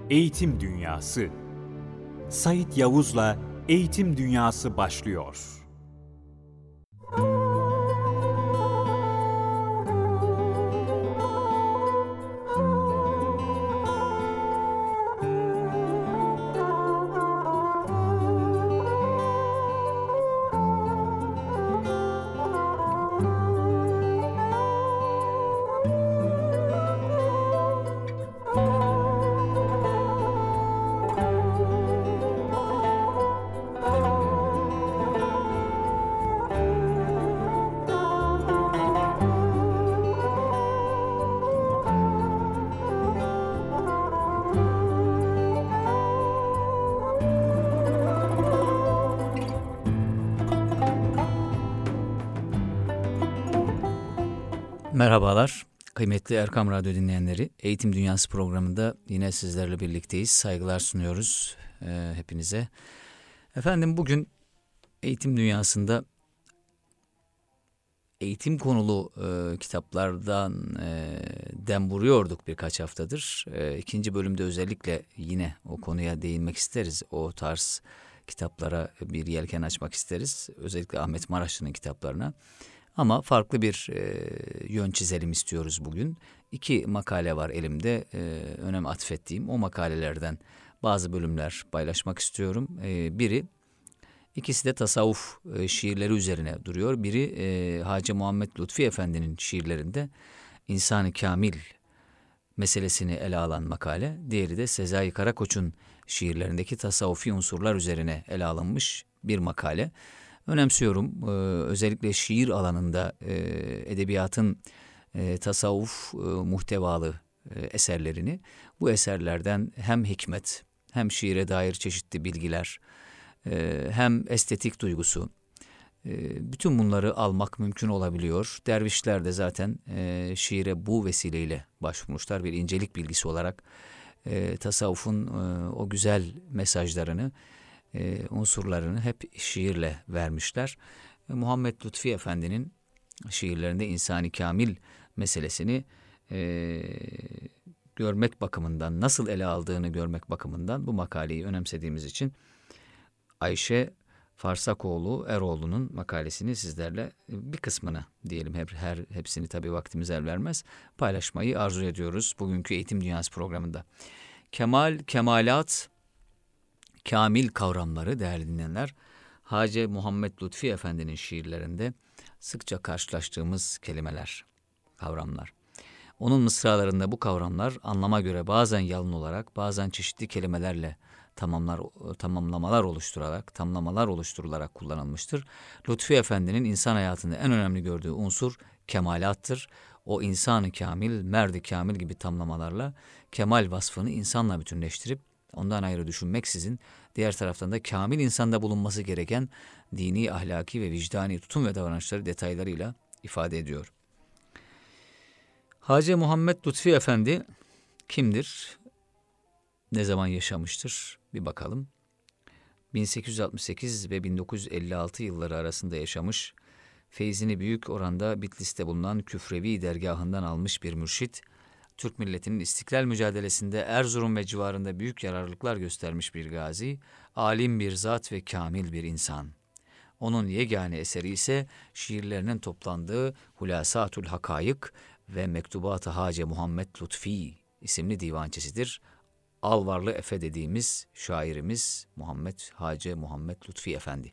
Eğitim Dünyası. Sait Yavuz'la Eğitim Dünyası başlıyor. Merhabalar, kıymetli Erkam Radyo dinleyenleri. Eğitim Dünyası programında yine sizlerle birlikteyiz. Saygılar sunuyoruz hepinize. Efendim bugün Eğitim Dünyası'nda eğitim konulu kitaplardan dem vuruyorduk birkaç haftadır. İkinci bölümde özellikle yine o konuya değinmek isteriz. O tarz kitaplara bir yelken açmak isteriz. Özellikle Ahmet Maraşlı'nın kitaplarına. Ama farklı bir yön çizelim istiyoruz bugün. 2 makale var elimde önem atfettiğim. O makalelerden bazı bölümler paylaşmak istiyorum. İkisi de tasavvuf şiirleri üzerine duruyor. Biri Hacı Muhammed Lütfi Efendi'nin şiirlerinde İnsan-ı Kamil meselesini ele alan makale. Diğeri de Sezai Karakoç'un şiirlerindeki tasavvufi unsurlar üzerine ele alınmış bir makale. Önemsiyorum. Özellikle şiir alanında edebiyatın tasavvuf muhtevalı eserlerini. Bu eserlerden hem hikmet, hem şiire dair çeşitli bilgiler, hem estetik duygusu, bütün bunları almak mümkün olabiliyor. Dervişler de zaten şiire bu vesileyle başvurmuşlar. Bir incelik bilgisi olarak tasavvufun o güzel mesajlarını, unsurlarını hep şiirle vermişler. Muhammed Lütfi Efendi'nin şiirlerinde İnsan-ı Kamil meselesini görmek bakımından, nasıl ele aldığını görmek bakımından bu makaleyi önemsediğimiz için Ayşe Farsakoğlu Eroğlu'nun makalesini sizlerle bir kısmını diyelim, hepsini tabii vaktimiz el vermez, paylaşmayı arzu ediyoruz bugünkü Eğitim Dünyası programında. Kemal, kemalat, kamil kavramları değerli dinleyenler, Hacı Muhammed Lütfi Efendi'nin şiirlerinde sıkça karşılaştığımız kelimeler, kavramlar. Onun mısralarında bu kavramlar anlama göre bazen yalın olarak, bazen çeşitli kelimelerle tamlamalar oluşturularak kullanılmıştır. Lütfi Efendi'nin insan hayatında en önemli gördüğü unsur kemalattır. O insan-ı kamil, merdi kamil gibi tamlamalarla kemal vasfını insanla bütünleştirip ondan ayrı düşünmeksizin diğer taraftan da kamil insanda bulunması gereken dini, ahlaki ve vicdani tutum ve davranışları detaylarıyla ifade ediyor. Hacı Muhammed Lütfi Efendi kimdir? Ne zaman yaşamıştır? Bir bakalım. 1868 ve 1956 yılları arasında yaşamış, feyzini büyük oranda Bitlis'te bulunan Küfrevi dergahından almış bir mürşit, Türk milletinin istiklal mücadelesinde Erzurum ve civarında büyük yararlılıklar göstermiş bir gazi, alim bir zat ve kamil bir insan. Onun yegane eseri ise şiirlerinin toplandığı Hulasatül Hakayık ve Mektubat-ı Hacı Muhammed Lütfi isimli divançesidir. Alvarlı Efe dediğimiz şairimiz Hacı Muhammed Lütfi Efendi.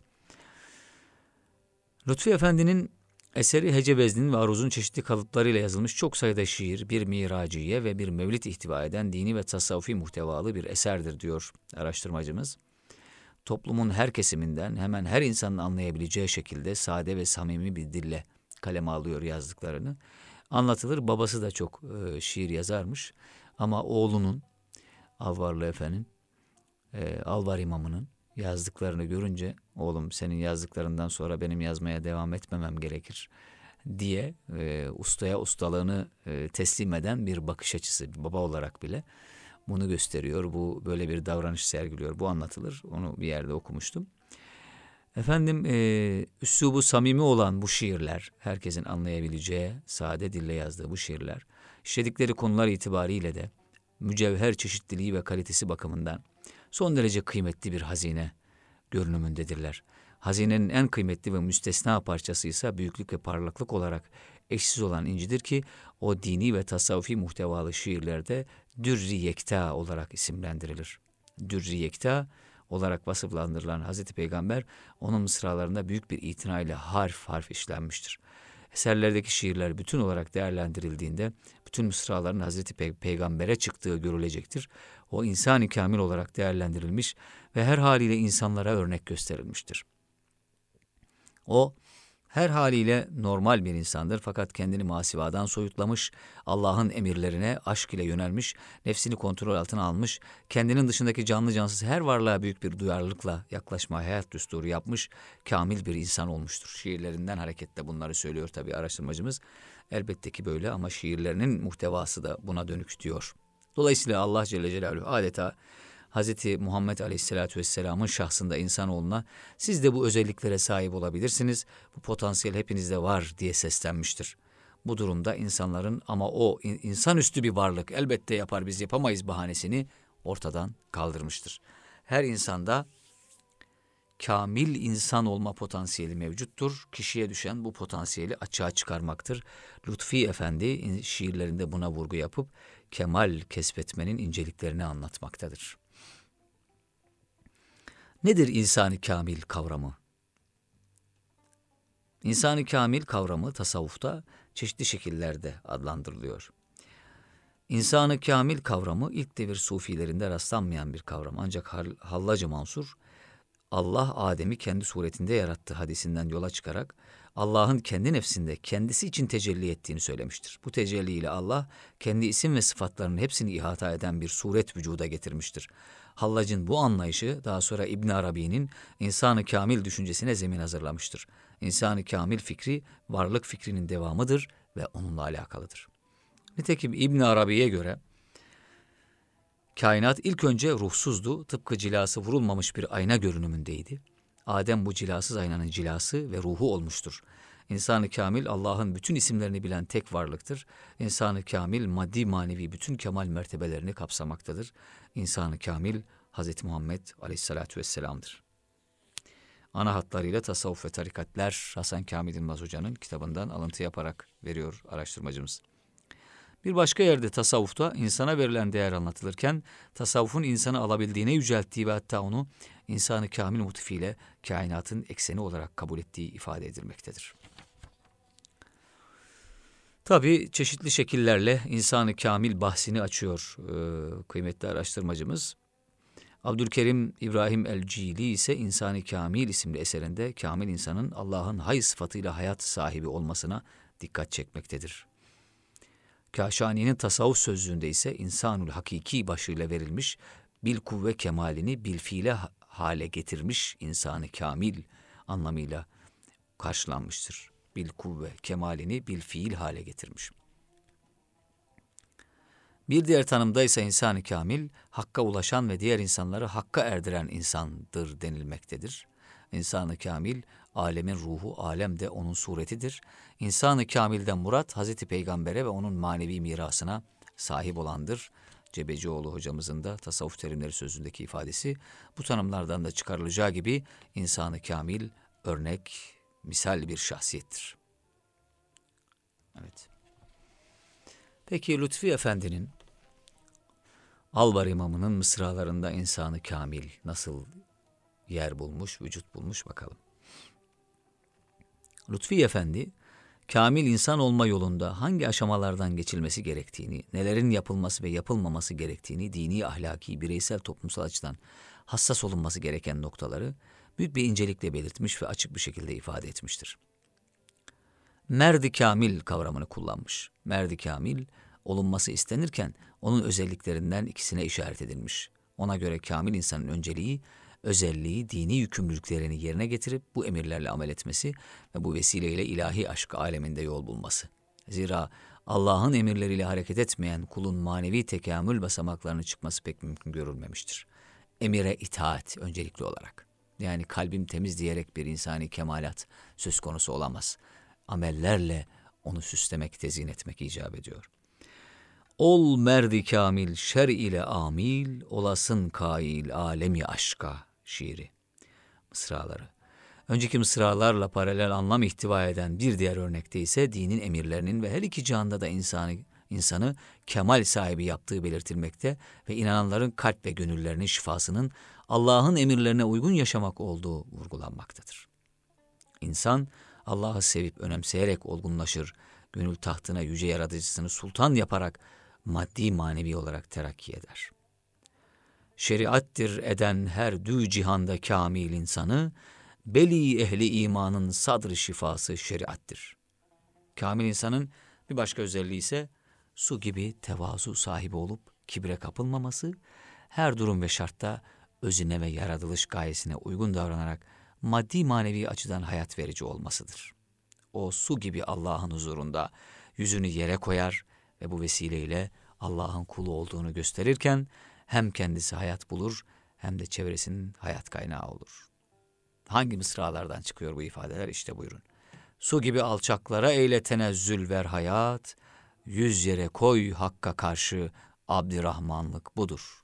Lütfi Efendi'nin eseri hece vezninin ve aruzun çeşitli kalıplarıyla yazılmış çok sayıda şiir, bir miraciye ve bir mevlid ihtiva eden dini ve tasavvufi muhtevalı bir eserdir diyor araştırmacımız. Toplumun her kesiminden hemen her insanın anlayabileceği şekilde sade ve samimi bir dille kaleme alıyor yazdıklarını. Anlatılır, babası da çok şiir yazarmış ama oğlunun, Alvarlı Efe'nin, Alvar İmamı'nın yazdıklarını görünce oğlum senin yazdıklarından sonra benim yazmaya devam etmemem gerekir diye ustaya ustalığını teslim eden bir bakış açısı, baba olarak bile bunu gösteriyor. Bu böyle bir davranış sergiliyor. Bu anlatılır. Onu bir yerde okumuştum. Efendim üslubu samimi olan bu şiirler, herkesin anlayabileceği sade dille yazdığı bu şiirler, işledikleri konular itibariyle de mücevher çeşitliliği ve kalitesi bakımından son derece kıymetli bir hazine görünümündedirler. Hazinenin en kıymetli ve müstesna parçası ise büyüklük ve parlaklık olarak eşsiz olan incidir ki o dini ve tasavvufi muhtevalı şiirlerde Dürr-i Yekta olarak isimlendirilir. Dürr-i Yekta olarak vasıflandırılan Hazreti Peygamber onun mısralarında büyük bir itinayla harf harf işlenmiştir. Eserlerdeki şiirler bütün olarak değerlendirildiğinde bütün mısraların Hazreti Peygamber'e çıktığı görülecektir. O insan-ı kamil olarak değerlendirilmiş ve her haliyle insanlara örnek gösterilmiştir. O her haliyle normal bir insandır fakat kendini masivadan soyutlamış, Allah'ın emirlerine aşk ile yönelmiş, nefsini kontrol altına almış, kendinin dışındaki canlı cansız her varlığa büyük bir duyarlılıkla yaklaşma hayat düsturu yapmış, kamil bir insan olmuştur. Şiirlerinden hareketle bunları söylüyor tabii araştırmacımız. Elbette ki böyle ama şiirlerinin muhtevası da buna dönük diyor. Dolayısıyla Allah Celle Celaluhu adeta Hz. Muhammed Aleyhisselatü Vesselam'ın şahsında insanoğluna siz de bu özelliklere sahip olabilirsiniz, bu potansiyel hepinizde var diye seslenmiştir. Bu durumda insanların ama o insanüstü bir varlık elbette yapar biz yapamayız bahanesini ortadan kaldırmıştır. Her insanda kamil insan olma potansiyeli mevcuttur. Kişiye düşen bu potansiyeli açığa çıkarmaktır. Lütfi Efendi şiirlerinde buna vurgu yapıp kemal kesbetmenin inceliklerini anlatmaktadır. Nedir insan-ı kamil kavramı? İnsan-ı kamil kavramı tasavvufta çeşitli şekillerde adlandırılıyor. İnsan-ı kamil kavramı ilk devir sufilerinde rastlanmayan bir kavram. Ancak Hallacı Mansur, Allah Adem'i kendi suretinde yarattı hadisinden yola çıkarak Allah'ın kendi nefsinde kendisi için tecelli ettiğini söylemiştir. Bu tecelli ile Allah kendi isim ve sıfatlarının hepsini ihata eden bir suret vücuda getirmiştir. Hallac'ın bu anlayışı daha sonra İbn Arabi'nin İnsan-ı Kamil düşüncesine zemin hazırlamıştır. İnsan-ı Kamil fikri varlık fikrinin devamıdır ve onunla alakalıdır. Nitekim İbn Arabi'ye göre kainat ilk önce ruhsuzdu, tıpkı cilası vurulmamış bir ayna görünümündeydi. Adem bu cilasız aynanın cilası ve ruhu olmuştur. İnsan-ı kamil Allah'ın bütün isimlerini bilen tek varlıktır. İnsan-ı kamil maddi manevi bütün kemal mertebelerini kapsamaktadır. İnsan-ı kamil Hz. Muhammed Aleyhisselatü Vesselam'dır. Ana hatlarıyla Tasavvuf ve Tarikatler Hasan Kamil İlmaz Hoca'nın kitabından alıntı yaparak veriyor araştırmacımız. Bir başka yerde tasavvufta insana verilen değer anlatılırken tasavvufun insanı alabildiğine yücelttiği ve hatta onu insan-ı kamil motifiyle kainatın ekseni olarak kabul ettiği ifade edilmektedir. Tabii çeşitli şekillerle insan-ı kamil bahsini açıyor kıymetli araştırmacımız. Abdülkerim İbrahim el-Cili ise İnsan-ı Kamil isimli eserinde kamil insanın Allah'ın hay sıfatıyla hayat sahibi olmasına dikkat çekmektedir. Kaşani'nin tasavvuf sözlüğünde ise insanul hakiki başlığıyla verilmiş, bil kuvve kemalini bil fiile hale getirmiş insanı kamil anlamıyla karşılanmıştır. Bil kuvve kemalini bil fiil hale getirmiş. Bir diğer tanımda ise insan-ı kamil, hakka ulaşan ve diğer insanları hakka erdiren insandır denilmektedir. İnsan-ı kamil, alemin ruhu, alem de onun suretidir. İnsan-ı kamilden murat, Hazreti Peygamber'e ve onun manevi mirasına sahip olandır. Cebecioğlu hocamızın da tasavvuf terimleri sözündeki ifadesi, bu tanımlardan da çıkarılacağı gibi insan-ı kamil, örnek, misal bir şahsiyettir. Evet. Peki Lütfi Efendi'nin Alvar İmamı'nın mısralarında insan-ı kamil nasıl yer bulmuş, vücut bulmuş bakalım. Lütfi Efendi, kamil insan olma yolunda hangi aşamalardan geçilmesi gerektiğini, nelerin yapılması ve yapılmaması gerektiğini, dini, ahlaki, bireysel, toplumsal açıdan hassas olunması gereken noktaları büyük bir incelikle belirtmiş ve açık bir şekilde ifade etmiştir. Merdi kamil kavramını kullanmış. Merdi kamil, olunması istenirken onun özelliklerinden ikisine işaret edilmiş. Ona göre kamil insanın önceliği, özelliği, dini yükümlülüklerini yerine getirip bu emirlerle amel etmesi ve bu vesileyle ilahi aşk aleminde yol bulması. Zira Allah'ın emirleriyle hareket etmeyen kulun manevi tekamül basamaklarını çıkması pek mümkün görülmemiştir. Emire itaat öncelikli olarak. Yani kalbim temiz diyerek bir insani kemalat söz konusu olamaz. Amellerle onu süslemek, tezyin etmek icap ediyor. Ol merdi kamil şer ile amil, olasın kail alemi aşka şiiri. Mısraları. Önceki mısralarla paralel anlam ihtiva eden bir diğer örnekte ise dinin emirlerinin ve her iki cihanda da insanı kemal sahibi yaptığı belirtilmekte ve inananların kalp ve gönüllerinin şifasının Allah'ın emirlerine uygun yaşamak olduğu vurgulanmaktadır. İnsan Allah'ı sevip önemseyerek olgunlaşır, gönül tahtına yüce yaratıcısını sultan yaparak maddi manevi olarak terakki eder. Şeriattir eden her dü cihanda kamil insanı, beli ehli imanın sadr şifası şeriattir. Kamil insanın bir başka özelliği ise su gibi tevazu sahibi olup kibre kapılmaması, her durum ve şartta özüne ve yaratılış gayesine uygun davranarak maddi manevi açıdan hayat verici olmasıdır. O su gibi Allah'ın huzurunda yüzünü yere koyar ve bu vesileyle Allah'ın kulu olduğunu gösterirken hem kendisi hayat bulur hem de çevresinin hayat kaynağı olur. Hangi mısralardan çıkıyor bu ifadeler? İşte buyurun. Su gibi alçaklara eyle tenezzül ver hayat, yüz yere koy hakka karşı Abdurrahmanlık budur.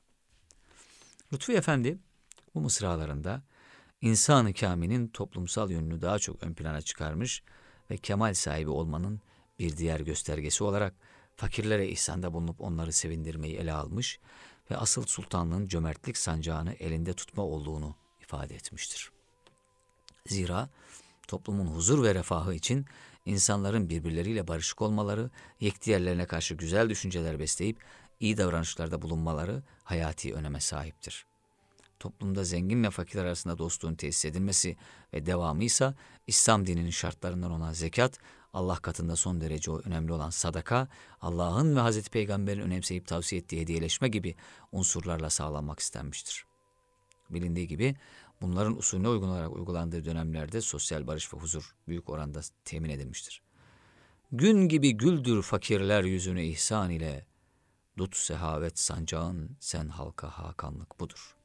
Lütfi Efendi bu mısralarında insan-ı kamilin toplumsal yönünü daha çok ön plana çıkarmış ve kemal sahibi olmanın bir diğer göstergesi olarak fakirlere ihsanda bulunup onları sevindirmeyi ele almış ve asıl sultanlığın cömertlik sancağını elinde tutma olduğunu ifade etmiştir. Zira toplumun huzur ve refahı için insanların birbirleriyle barışık olmaları, yekdiğerlerine karşı güzel düşünceler besleyip iyi davranışlarda bulunmaları hayati öneme sahiptir. Toplumda zenginle fakir arasında dostluğun tesis edilmesi ve devamıysa İslam dininin şartlarından olan zekat, Allah katında son derece önemli olan sadaka, Allah'ın ve Hazreti Peygamber'in önemseyip tavsiye ettiği hediyeleşme gibi unsurlarla sağlanmak istenmiştir. Bilindiği gibi bunların usulüne uygun olarak uygulandığı dönemlerde sosyal barış ve huzur büyük oranda temin edilmiştir. Gün gibi güldür fakirler yüzünü ihsan ile, tut sehavet sancağın sen halka hakanlık budur.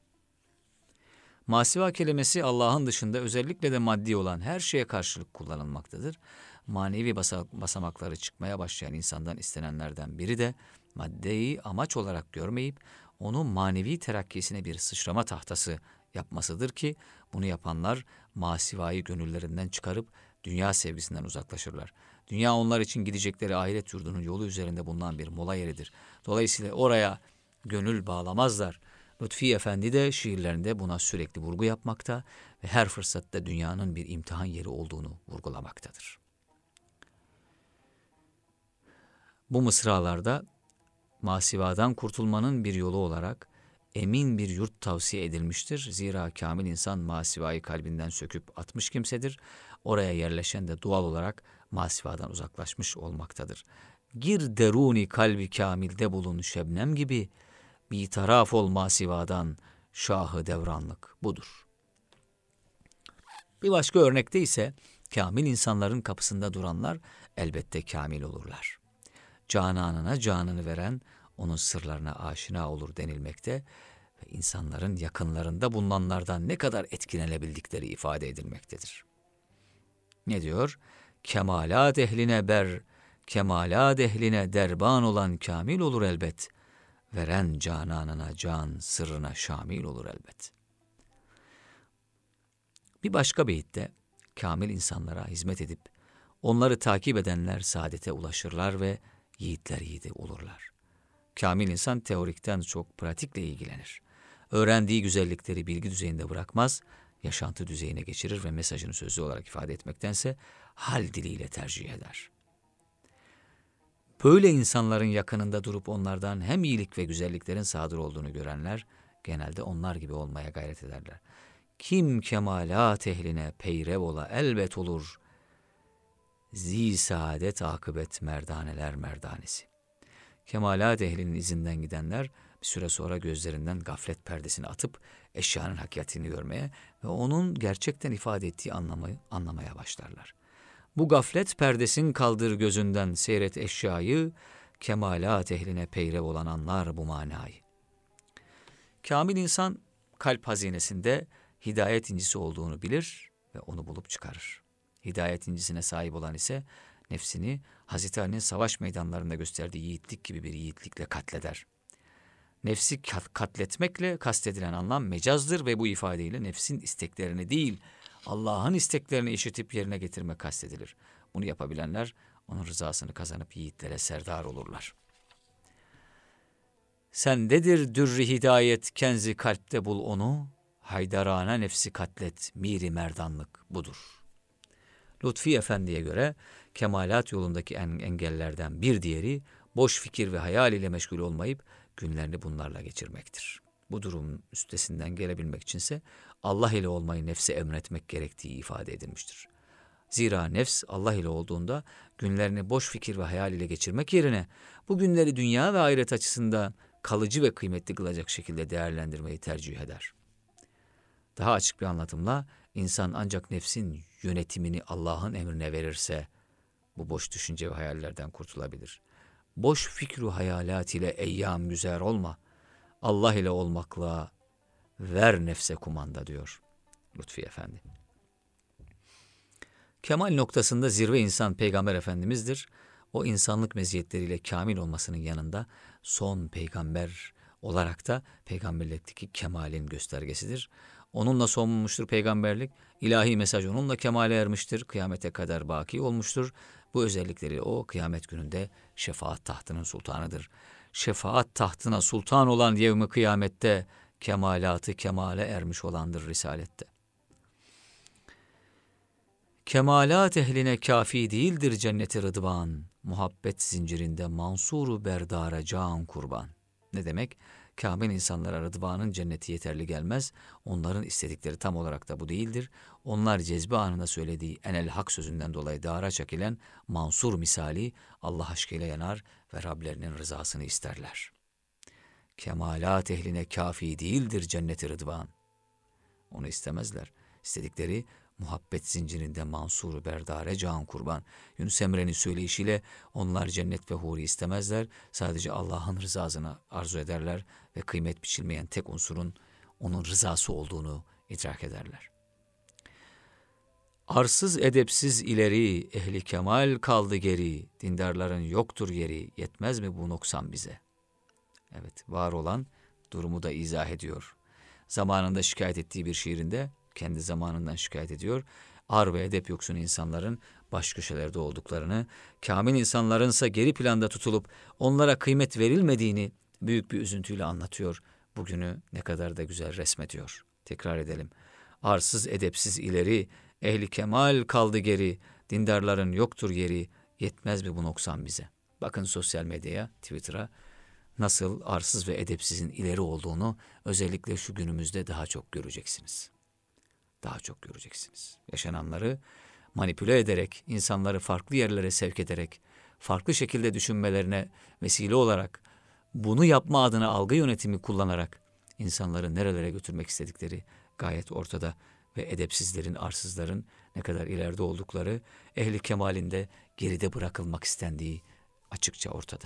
Masiva kelimesi Allah'ın dışında özellikle de maddi olan her şeye karşılık kullanılmaktadır. Manevi basamakları çıkmaya başlayan insandan istenenlerden biri de maddeyi amaç olarak görmeyip onu manevi terakkisine bir sıçrama tahtası yapmasıdır ki bunu yapanlar masivayı gönüllerinden çıkarıp dünya sevgisinden uzaklaşırlar. Dünya onlar için gidecekleri ahiret yurdunun yolu üzerinde bulunan bir mola yeridir. Dolayısıyla oraya gönül bağlamazlar. Lütfi Efendi de şiirlerinde buna sürekli vurgu yapmakta ve her fırsatta dünyanın bir imtihan yeri olduğunu vurgulamaktadır. Bu mısralarda masivadan kurtulmanın bir yolu olarak emin bir yurt tavsiye edilmiştir. Zira kamil insan masivayı kalbinden söküp atmış kimsedir. Oraya yerleşen de doğal olarak masivadan uzaklaşmış olmaktadır. Gir deruni kalbi kamilde bulun şebnem gibi, bir taraf ol masivadan şahı devranlık budur. Bir başka örnekte ise kamil insanların kapısında duranlar elbette kamil olurlar. Cananına canını veren onun sırlarına aşina olur denilmekte ve insanların yakınlarında bulunanlardan ne kadar etkilenebildikleri ifade edilmektedir. Ne diyor? Kemalat ehline kemalat ehline derban olan kamil olur elbet. Veren cananına can, sırrına şamil olur elbet. Bir başka beyitte kamil insanlara hizmet edip onları takip edenler saadete ulaşırlar ve yiğitler yiğidi olurlar. Kamil insan teorikten çok pratikle ilgilenir. Öğrendiği güzellikleri bilgi düzeyinde bırakmaz, yaşantı düzeyine geçirir ve mesajını sözlü olarak ifade etmektense hal diliyle tercih eder. Böyle insanların yakınında durup onlardan hem iyilik ve güzelliklerin sadır olduğunu görenler genelde onlar gibi olmaya gayret ederler. Kim kemalat ehline peyrev ola elbet olur, zi saadet akıbet merdaneler merdanesi. Kemalat ehlinin izinden gidenler bir süre sonra gözlerinden gaflet perdesini atıp eşyanın hakikatini görmeye ve onun gerçekten ifade ettiği anlamaya başlarlar. Bu gaflet perdesin kaldır gözünden seyret eşyayı, kemalat ehline peyrev olan anlar bu manayı. Kamil insan kalp hazinesinde hidayet incisi olduğunu bilir ve onu bulup çıkarır. Hidayet incisine sahip olan ise nefsini Hazreti Ali'nin savaş meydanlarında gösterdiği yiğitlik gibi bir yiğitlikle katleder. Nefsi katletmekle kastedilen anlam mecazdır ve bu ifadeyle nefsin isteklerini değil, Allah'ın isteklerini işitip yerine getirmek kastedilir. Bunu yapabilenler onun rızasını kazanıp yiğitlere serdar olurlar. Sendedir dürri hidayet, kenzi kalpte bul onu, haydarana nefsi katlet, miri merdanlık budur. Lütfi Efendi'ye göre kemalat yolundaki engellerden bir diğeri boş fikir ve hayal ile meşgul olmayıp günlerini bunlarla geçirmektir. Bu durumun üstesinden gelebilmek içinse Allah ile olmayı nefse emretmek gerektiği ifade edilmiştir. Zira nefs Allah ile olduğunda günlerini boş fikir ve hayal ile geçirmek yerine bu günleri dünya ve ahiret açısından kalıcı ve kıymetli kılacak şekilde değerlendirmeyi tercih eder. Daha açık bir anlatımla insan ancak nefsin yönetimini Allah'ın emrine verirse bu boş düşünce ve hayallerden kurtulabilir. Boş fikru hayalat ile eyyam güzel olma, Allah ile olmakla ver nefse kumanda diyor Lütfi Efendi. Kemal noktasında zirve insan Peygamber Efendimiz'dir. O insanlık meziyetleriyle kamil olmasının yanında son peygamber olarak da peygamberlikteki kemalin göstergesidir. Onunla son bulmuştur peygamberlik, ilahi mesaj onunla kemale ermiştir, kıyamete kadar baki olmuştur. Bu özellikleri o kıyamet gününde şefaat tahtının sultanıdır. Şefaat tahtına sultan olan yevmi kıyamette kemalatı kemale ermiş olandır risalette. Kemalat ehline kafi değildir cenneti rıdvan, muhabbet zincirinde mansuru berdara can kurban. Ne demek? Kamil insanlara rıdvanın cenneti yeterli gelmez. Onların istedikleri tam olarak da bu değildir. Onlar cezbe anında söylediği enel hak sözünden dolayı dara çekilen mansur misali Allah aşkıyla yanar ve Rablerinin rızasını isterler. Kemalat ehline kafi değildir cenneti rıdvan. Onu istemezler. İstedikleri muhabbet zincirinde mansuru berdare can kurban. Yunus Emre'nin söyleyişiyle onlar cennet ve huri istemezler. Sadece Allah'ın rızasını arzu ederler ve kıymet biçilmeyen tek unsurun onun rızası olduğunu idrak ederler. Arsız edepsiz ileri, ehli kemal kaldı geri, dindarların yoktur yeri, yetmez mi bu noksan bize? Evet, var olan durumu da izah ediyor. Zamanında şikayet ettiği bir şiirinde kendi zamanından şikayet ediyor. Ar ve edep yoksun insanların baş köşelerde olduklarını, kamil insanlarınsa geri planda tutulup onlara kıymet verilmediğini büyük bir üzüntüyle anlatıyor. Bugünü ne kadar da güzel resmediyor. Tekrar edelim. Arsız edepsiz ileri, ehli kemal kaldı geri, dindarların yoktur yeri, yetmez mi bu noksan bize? Bakın sosyal medyaya, Twitter'a nasıl arsız ve edepsizin ileri olduğunu özellikle şu günümüzde daha çok göreceksiniz. Daha çok göreceksiniz. Yaşananları manipüle ederek, insanları farklı yerlere sevk ederek, farklı şekilde düşünmelerine vesile olarak, bunu yapma adına algı yönetimi kullanarak insanları nerelere götürmek istedikleri gayet ortada ve edepsizlerin, arsızların ne kadar ileride oldukları, ehli kemalinde geride bırakılmak istendiği açıkça ortada.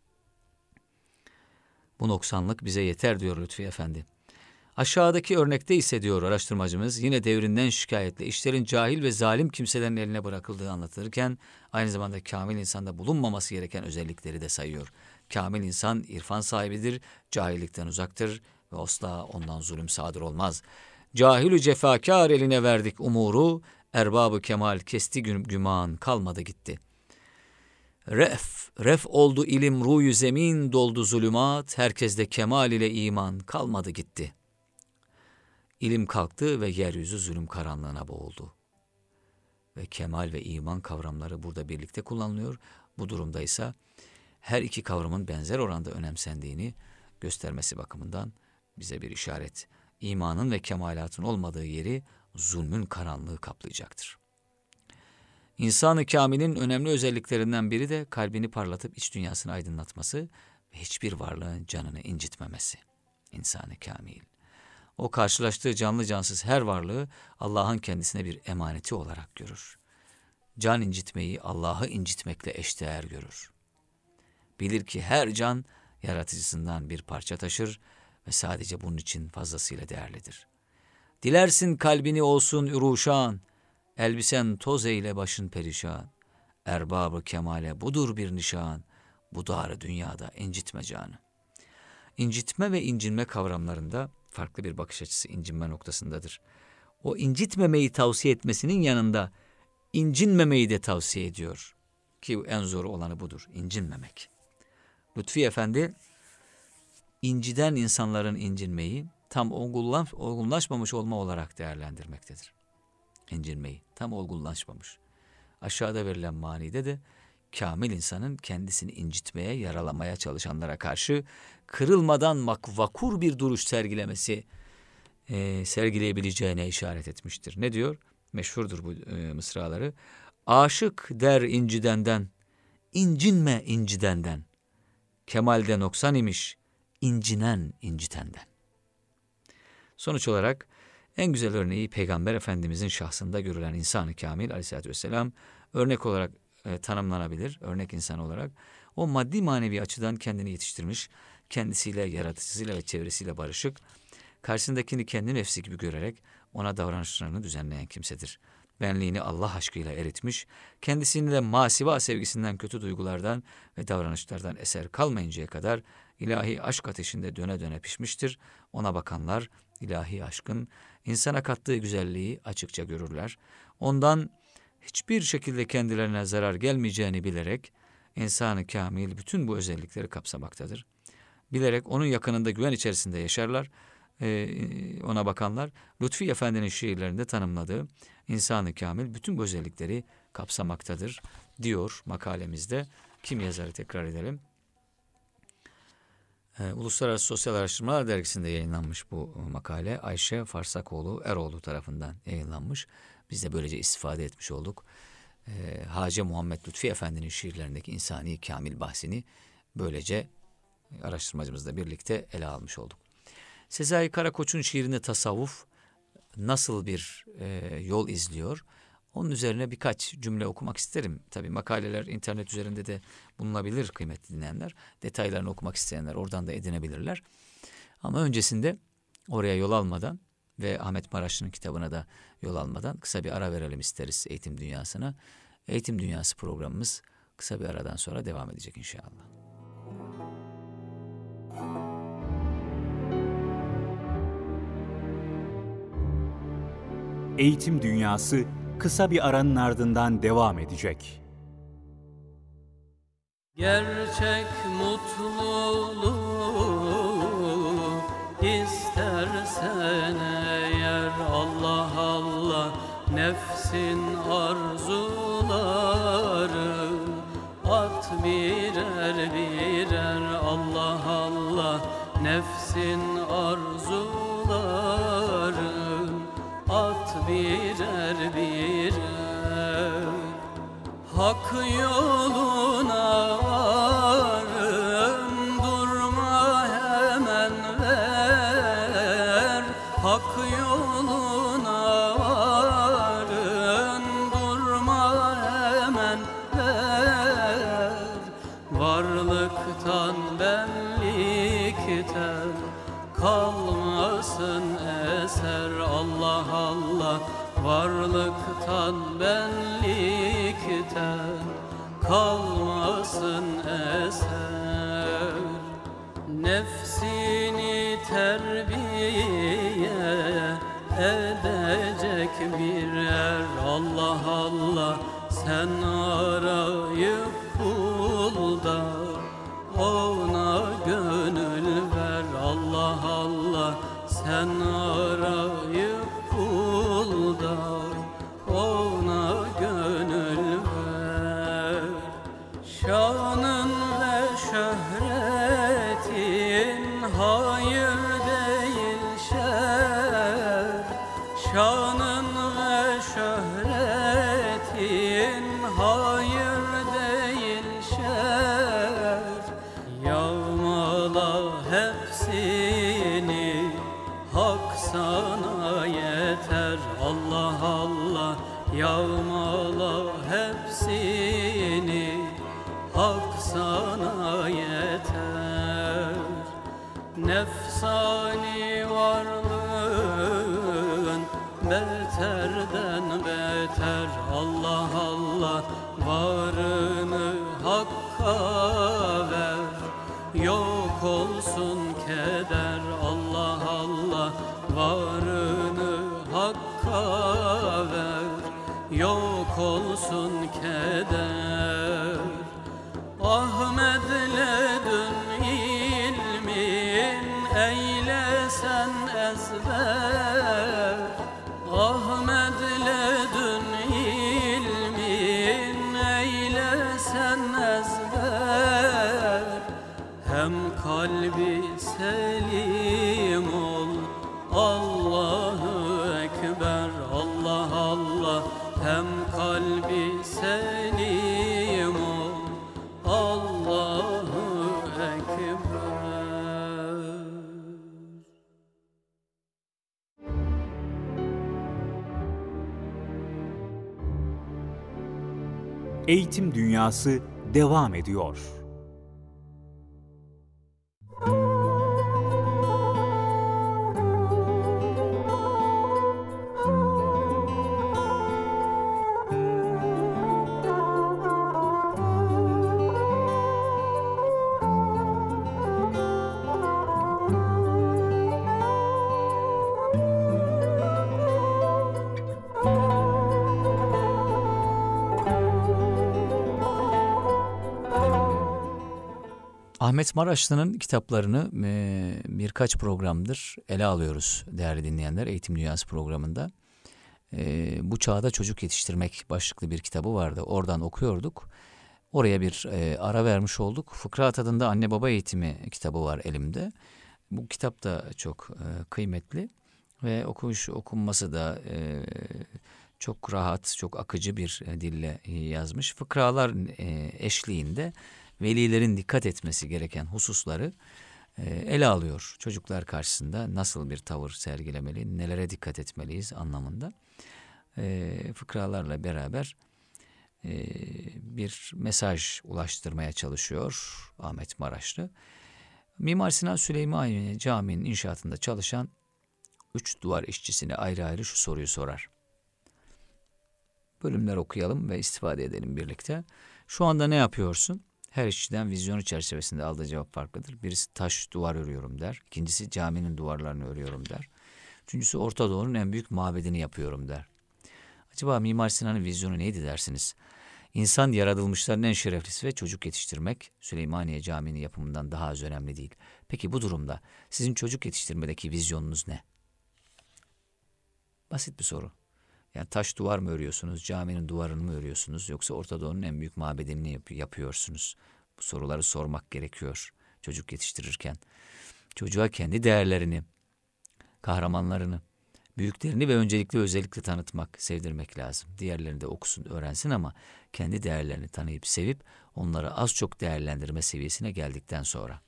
Bu noksanlık bize yeter diyor Lütfi Efendi. Aşağıdaki örnekte ise diyor araştırmacımız yine devrinden şikayetle işlerin cahil ve zalim kimselerin eline bırakıldığı anlatılırken aynı zamanda kamil insanda bulunmaması gereken özellikleri de sayıyor. Kamil insan irfan sahibidir, cahillikten uzaktır ve asla ondan zulüm sadır olmaz. Cahilü cefakar eline verdik umuru, erbabı kemal kesti güman kalmadı gitti. Ref oldu ilim ruyu zemin doldu zulümat, herkeste kemal ile iman kalmadı gitti. İlim kalktı ve yeryüzü zulüm karanlığına boğuldu. Ve kemal ve iman kavramları burada birlikte kullanılıyor. Bu durumda ise her iki kavramın benzer oranda önemsendiğini göstermesi bakımından bize bir işaret. İmanın ve kemalatın olmadığı yeri zulmün karanlığı kaplayacaktır. İnsan-ı kamilin önemli özelliklerinden biri de kalbini parlatıp iç dünyasını aydınlatması ve hiçbir varlığın canını incitmemesi. İnsan-ı kamil. O karşılaştığı canlı cansız her varlığı Allah'ın kendisine bir emaneti olarak görür. Can incitmeyi Allah'ı incitmekle eşdeğer görür. Bilir ki her can yaratıcısından bir parça taşır ve sadece bunun için fazlasıyla değerlidir. Dilersin kalbini olsun üruşan, elbisen toz eyle başın perişan. erbabı kemale budur bir nişan, bu darı dünyada incitme canı. İncitme ve incinme kavramlarında farklı bir bakış açısı incinme noktasındadır. O incitmemeyi tavsiye etmesinin yanında incinmemeyi de tavsiye ediyor. Ki en zor olanı budur, incinmemek. Lütfi Efendi, inciden insanların incinmeyi tam olgunlaşmamış olma olarak değerlendirmektedir. İncinmeyi tam olgunlaşmamış. Aşağıda verilen manide de kamil insanın kendisini incitmeye, yaralamaya çalışanlara karşı kırılmadan vakur bir duruş sergileyebileceğine işaret etmiştir. Ne diyor? Meşhurdur bu mısraları. Aşık der incidenden, incinme incidenden. Kemalde noksan imiş, incinen incitenden. Sonuç olarak en güzel örneği Peygamber Efendimizin şahsında görülen insan-ı kamil aleyhissalatü vesselam örnek olarak tanımlanabilir, örnek insan olarak. O maddi manevi açıdan kendini yetiştirmiş, kendisiyle, yaratıcısıyla ve çevresiyle barışık, karşısındakini kendi nefsi gibi görerek ona davranışlarını düzenleyen kimsedir. Benliğini Allah aşkıyla eritmiş, kendisini de masiva sevgisinden, kötü duygulardan ve davranışlardan eser kalmayıncaya kadar ilahi aşk ateşinde döne döne pişmiştir. Ona bakanlar ilahi aşkın insana kattığı güzelliği açıkça görürler. Ondan hiçbir şekilde kendilerine zarar gelmeyeceğini bilerek insan-ı kamil bütün bu özellikleri kapsamaktadır. Bilerek onun yakınında güven içerisinde yaşarlar. Ona bakanlar Lütfi Efendi'nin şiirlerinde tanımladığı insan-ı kamil bütün bu özellikleri kapsamaktadır diyor makalemizde. Kim yazarı tekrar edelim. Uluslararası Sosyal Araştırmalar Dergisi'nde yayınlanmış bu makale. Ayşe Farsakoğlu Eroğlu tarafından yayınlanmış. Biz de böylece istifade etmiş olduk. Hacı Muhammed Lütfi Efendi'nin şiirlerindeki insani kamil bahsini böylece araştırmacımızla birlikte ele almış olduk. Sezai Karakoç'un şiirinde tasavvuf nasıl bir yol izliyor? Onun üzerine birkaç cümle okumak isterim. Tabii makaleler internet üzerinde de bulunabilir kıymetli dinleyenler. Detaylarını okumak isteyenler oradan da edinebilirler. Ama öncesinde oraya yol almadan ve Ahmet Maraşlı'nın kitabına da yol almadan kısa bir ara verelim isteriz Eğitim Dünyası'na. Eğitim Dünyası programımız kısa bir aradan sonra devam edecek inşallah. Eğitim Dünyası kısa bir aranın ardından devam edecek. Gerçek mutluluğu istersen eğer Allah Allah nefsin arzuların at birer birer Allah Allah nefsin arzuların at birer birer hak yoluna varın durma hemen ver hak yoluna varın durma hemen ver varlıktan benlikten kalmasın eser Allah Allah varlıktan benlikten kalmasın eser nefsini terbiye edecek bir er Allah Allah sen arayıp bul da ona gönül ver Allah Allah sen arayıp bul da ona gönül ver şanın ve şöhretin hayır değil şer şanın ve şöhretin hayır değil şer yağmala hepsini hak sana yeter Allah Allah yağmala hepsini hak sana yeter nefsani varlığın beterden beter Allah Allah var yok olsun keder. Allah Allah varını Hakk'a ver, yok olsun keder. Ahmet ledün ilmin eylesen ezber, Ahmet ledün ilmin eylesen ezber. Hem kalbi selim ol, Allahu Ekber, Allah Allah. Hem kalbi selim ol, Allahu Ekber. Eğitim Dünyası devam ediyor. Ahmet Maraşlı'nın kitaplarını birkaç programdır ele alıyoruz değerli dinleyenler, Eğitim Dünyası programında. Bu çağda çocuk yetiştirmek başlıklı bir kitabı vardı. Oradan okuyorduk. Oraya bir ara vermiş olduk. Fıkraat adında Anne Baba Eğitimi kitabı var elimde. Bu kitap da çok kıymetli ve okunması da çok rahat, çok akıcı bir dille yazmış. Fıkralar eşliğinde velilerin dikkat etmesi gereken hususları ele alıyor. Çocuklar karşısında nasıl bir tavır sergilemeli, nelere dikkat etmeliyiz anlamında. Fıkralarla beraber bir mesaj ulaştırmaya çalışıyor Ahmet Maraşlı. Mimar Sinan Süleymaniye Camii'nin inşaatında çalışan 3 duvar işçisine ayrı ayrı şu soruyu sorar. Bölümler okuyalım ve istifade edelim birlikte. Şu anda ne yapıyorsun? Her işçiden vizyonu çerçevesinde aldığı cevap farklıdır. Birisi taş duvar örüyorum der. İkincisi caminin duvarlarını örüyorum der. Üçüncüsü Orta Doğu'nun en büyük mabedini yapıyorum der. Acaba Mimar Sinan'ın vizyonu neydi dersiniz? İnsan yaratılmışların en şereflisi ve çocuk yetiştirmek Süleymaniye Camii'nin yapımından daha az önemli değil. Peki bu durumda sizin çocuk yetiştirmedeki vizyonunuz ne? Basit bir soru. Yani taş duvar mı örüyorsunuz, caminin duvarını mı örüyorsunuz yoksa Orta Doğu'nun en büyük mabedini mi yapıyorsunuz? Bu soruları sormak gerekiyor çocuk yetiştirirken. Çocuğa kendi değerlerini, kahramanlarını, büyüklerini ve özellikle tanıtmak, sevdirmek lazım. Diğerlerini de okusun, öğrensin ama kendi değerlerini tanıyıp sevip onları az çok değerlendirme seviyesine geldikten sonra.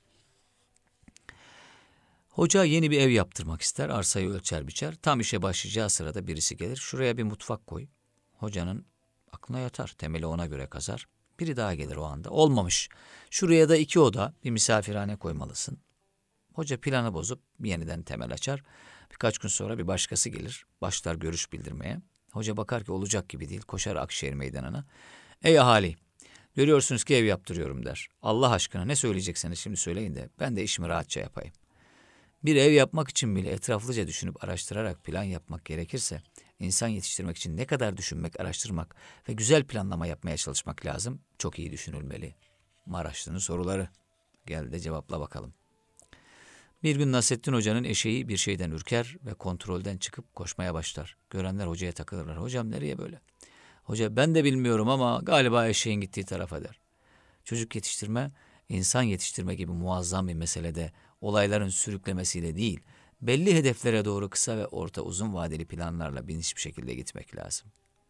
Hoca yeni bir ev yaptırmak ister, arsayı ölçer biçer. Tam işe başlayacağı sırada birisi gelir, şuraya bir mutfak koy. Hocanın aklına yatar, temeli ona göre kazar. Biri daha gelir o anda, olmamış. Şuraya da 2 oda, bir misafirhane koymalısın. Hoca planı bozup yeniden temel açar. Birkaç gün sonra bir başkası gelir, başlar görüş bildirmeye. Hoca bakar ki olacak gibi değil, koşar Akşehir Meydanı'na. Ey ahali, görüyorsunuz ki ev yaptırıyorum der. Allah aşkına ne söyleyecekseniz şimdi söyleyin de ben de işimi rahatça yapayım. Bir ev yapmak için bile etraflıca düşünüp araştırarak plan yapmak gerekirse, insan yetiştirmek için ne kadar düşünmek, araştırmak ve güzel planlama yapmaya çalışmak lazım, çok iyi düşünülmeli. Maraşlı'nın soruları. Gel de cevapla bakalım. Bir gün Nasrettin Hoca'nın eşeği bir şeyden ürker ve kontrolden çıkıp koşmaya başlar. Görenler hocaya takılırlar. Hocam nereye böyle? Hoca ben de bilmiyorum ama galiba eşeğin gittiği tarafa der. Çocuk yetiştirme, insan yetiştirme gibi muazzam bir meselede olayların sürüklemesiyle değil, belli hedeflere doğru kısa ve orta uzun vadeli planlarla bilinçli bir şekilde gitmek lazım.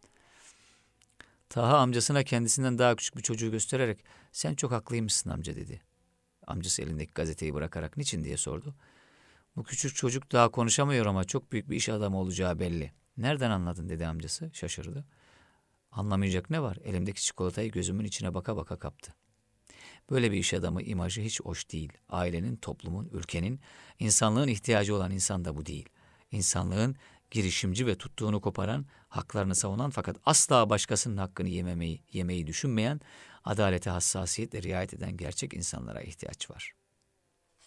Taha amcasına kendisinden daha küçük bir çocuğu göstererek sen çok haklıymışsın amca dedi. Amcası elindeki gazeteyi bırakarak niçin diye sordu. Bu küçük çocuk daha konuşamıyor ama çok büyük bir iş adamı olacağı belli. Nereden anladın dedi amcası, şaşırdı. Anlamayacak ne var? Elimdeki çikolatayı gözümün içine baka baka kaptı. Böyle bir iş adamı imajı hiç hoş değil. Ailenin, toplumun, ülkenin, insanlığın ihtiyacı olan insan da bu değil. İnsanlığın girişimci ve tuttuğunu koparan, haklarını savunan fakat asla başkasının hakkını yemeyi düşünmeyen, adalete hassasiyetle riayet eden gerçek insanlara ihtiyaç var.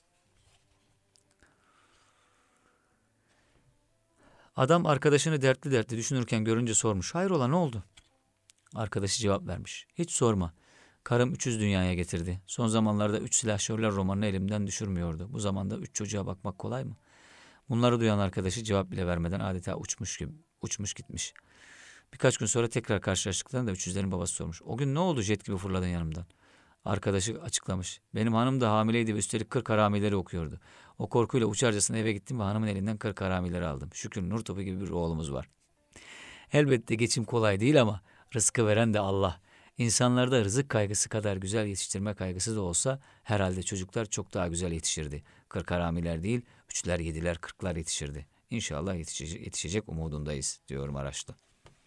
Adam arkadaşını dertli dertli düşünürken görünce sormuş. Hayrola, ne oldu? Arkadaşı cevap vermiş. Hiç sorma. Karım 300 dünyaya getirdi. Son zamanlarda 3 silahşörler romanını elimden düşürmüyordu. Bu zamanda 3 çocuğa bakmak kolay mı? Bunları duyan arkadaşı cevap bile vermeden adeta uçmuş gitmiş. Birkaç gün sonra tekrar karşılaştıklarında 300'lerin babası sormuş. O gün ne oldu, jet gibi fırladın yanımdan? Arkadaşı açıklamış. Benim hanım da hamileydi ve üstelik 40 haramileri okuyordu. O korkuyla uçarcasına eve gittim ve hanımın elinden 40 haramileri aldım. Şükür nur topu gibi bir oğlumuz var. Elbette geçim kolay değil ama rızkı veren de Allah. İnsanlarda rızık kaygısı kadar güzel yetiştirme kaygısı da olsa herhalde çocuklar çok daha güzel yetişirdi. 40 haramiler değil, 3'ler, 7'ler, 40'lar yetişirdi. İnşallah yetişecek umudundayız diyor Maraşlı.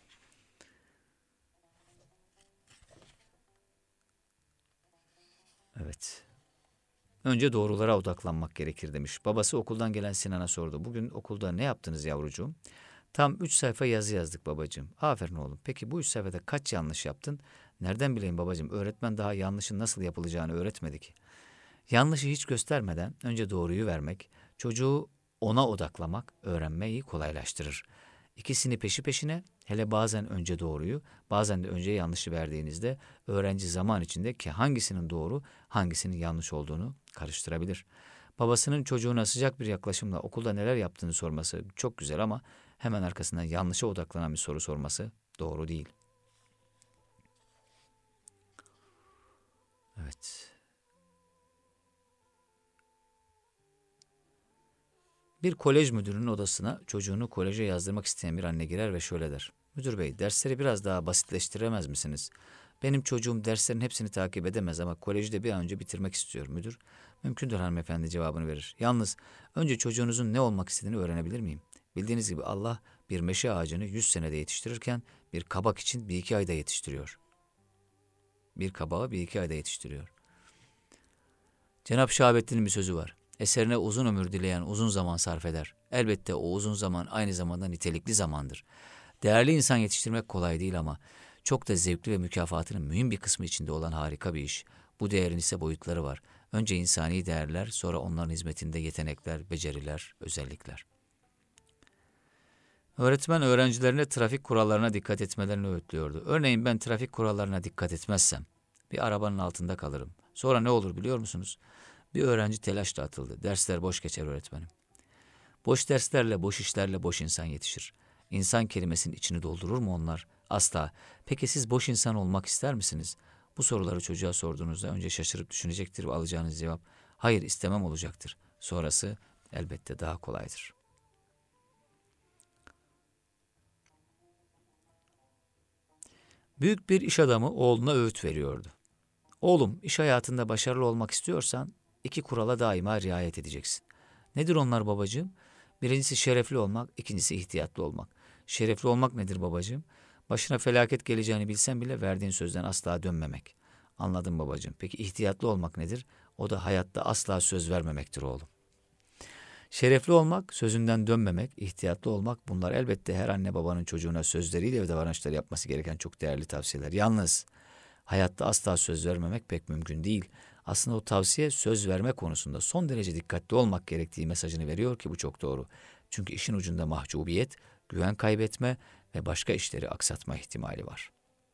Evet. Önce doğrulara odaklanmak gerekir demiş. Babası okuldan gelen Sinan'a sordu. Bugün okulda ne yaptınız yavrucuğum? Tam 3 sayfa yazı yazdık babacığım. Aferin oğlum. Peki bu 3 sayfada kaç yanlış yaptın? Nereden bileyim babacığım? Öğretmen daha yanlışın nasıl yapılacağını öğretmedi ki. Yanlışı hiç göstermeden önce doğruyu vermek, çocuğu ona odaklamak öğrenmeyi kolaylaştırır. İkisini peşi peşine, hele bazen önce doğruyu, bazen de önce yanlışı verdiğinizde öğrenci zaman içinde ki hangisinin doğru, hangisinin yanlış olduğunu karıştırabilir. Babasının çocuğuna sıcak bir yaklaşımla okulda neler yaptığını sorması çok güzel ama hemen arkasından yanlışa odaklanan bir soru sorması doğru değil. Evet. Bir kolej müdürünün odasına çocuğunu koleje yazdırmak isteyen bir anne girer ve şöyle der. Müdür bey, dersleri biraz daha basitleştiremez misiniz? Benim çocuğum derslerin hepsini takip edemez ama koleji de bir an önce bitirmek istiyor müdür. Mümkündür hanımefendi cevabını verir. Yalnız önce çocuğunuzun ne olmak istediğini öğrenebilir miyim? Bildiğiniz gibi Allah bir meşe ağacını 100 senede yetiştirirken bir kabak için 1-2 ayda yetiştiriyor. Bir kabağı 1-2 ayda yetiştiriyor. Cenab-ı Şahabettin'in bir sözü var. Eserine uzun ömür dileyen uzun zaman sarf eder. Elbette o uzun zaman aynı zamanda nitelikli zamandır. Değerli insan yetiştirmek kolay değil ama çok da zevkli ve mükafatının mühim bir kısmı içinde olan harika bir iş. Bu değerin ise boyutları var. Önce insani değerler, sonra onların hizmetinde yetenekler, beceriler, özellikler. Öğretmen öğrencilerine trafik kurallarına dikkat etmelerini öğütlüyordu. Örneğin ben trafik kurallarına dikkat etmezsem bir arabanın altında kalırım. Sonra ne olur biliyor musunuz? Bir öğrenci telaşla atıldı. Dersler boş geçer öğretmenim. Boş derslerle, boş işlerle boş insan yetişir. İnsan kelimesinin içini doldurur mu onlar? Asla. Peki siz boş insan olmak ister misiniz? Bu soruları çocuğa sorduğunuzda önce şaşırıp düşünecektir ve alacağınız cevap hayır istemem olacaktır. Sonrası elbette daha kolaydır. Büyük bir iş adamı oğluna öğüt veriyordu. Oğlum, iş hayatında başarılı olmak istiyorsan 2 kurala daima riayet edeceksin. Nedir onlar babacığım? Birincisi şerefli olmak, ikincisi ihtiyatlı olmak. Şerefli olmak nedir babacığım? Başına felaket geleceğini bilsen bile verdiğin sözden asla dönmemek. Anladım babacığım. Peki ihtiyatlı olmak nedir? O da hayatta asla söz vermemektir oğlum. Şerefli olmak, sözünden dönmemek, ihtiyatlı olmak bunlar elbette her anne babanın çocuğuna sözleriyle ve davranışları yapması gereken çok değerli tavsiyeler. Yalnız hayatta asla söz vermemek pek mümkün değil. Aslında o tavsiye söz verme konusunda son derece dikkatli olmak gerektiği mesajını veriyor ki bu çok doğru. Çünkü işin ucunda mahcubiyet, güven kaybetme ve başka işleri aksatma ihtimali var.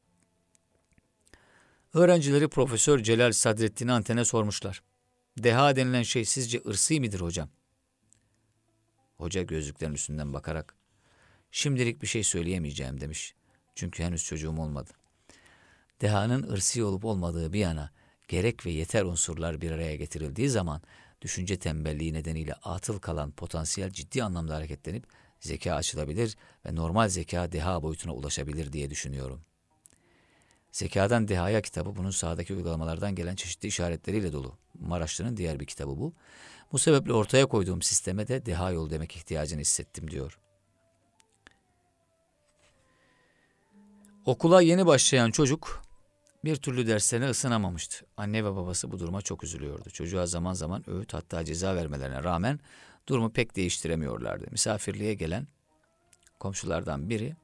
Öğrencileri Profesör Celal Sadrettin Anten'e sormuşlar. Deha denilen şey sizce ırsi midir hocam? Hoca gözlüklerin üstünden bakarak şimdilik bir şey söyleyemeyeceğim demiş. Çünkü henüz çocuğum olmadı. Dehanın ırsi olup olmadığı bir yana gerek ve yeter unsurlar bir araya getirildiği zaman düşünce tembelliği nedeniyle atıl kalan potansiyel ciddi anlamda hareketlenip zeka açılabilir ve normal zeka deha boyutuna ulaşabilir diye düşünüyorum. Zekadan Dehaya kitabı bunun sahadaki uygulamalardan gelen çeşitli işaretleriyle dolu. Maraşlı'nın diğer bir kitabı bu. Bu sebeple ortaya koyduğum sisteme de deha yolu demek ihtiyacını hissettim diyor. Okula yeni başlayan çocuk bir türlü derslerine ısınamamıştı. Anne ve babası bu duruma çok üzülüyordu. Çocuğa zaman zaman öğüt hatta ceza vermelerine rağmen durumu pek değiştiremiyorlardı. Misafirliğe gelen komşulardan biri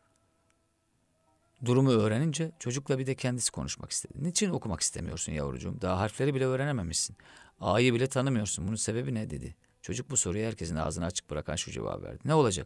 durumu öğrenince çocukla bir de kendisi konuşmak istedi. Niçin okumak istemiyorsun yavrucuğum? Daha harfleri bile öğrenememişsin. A'yı bile tanımıyorsun. Bunun sebebi ne dedi. Çocuk bu soruyu herkesin ağzını açık bırakan şu cevabı verdi. Ne olacak?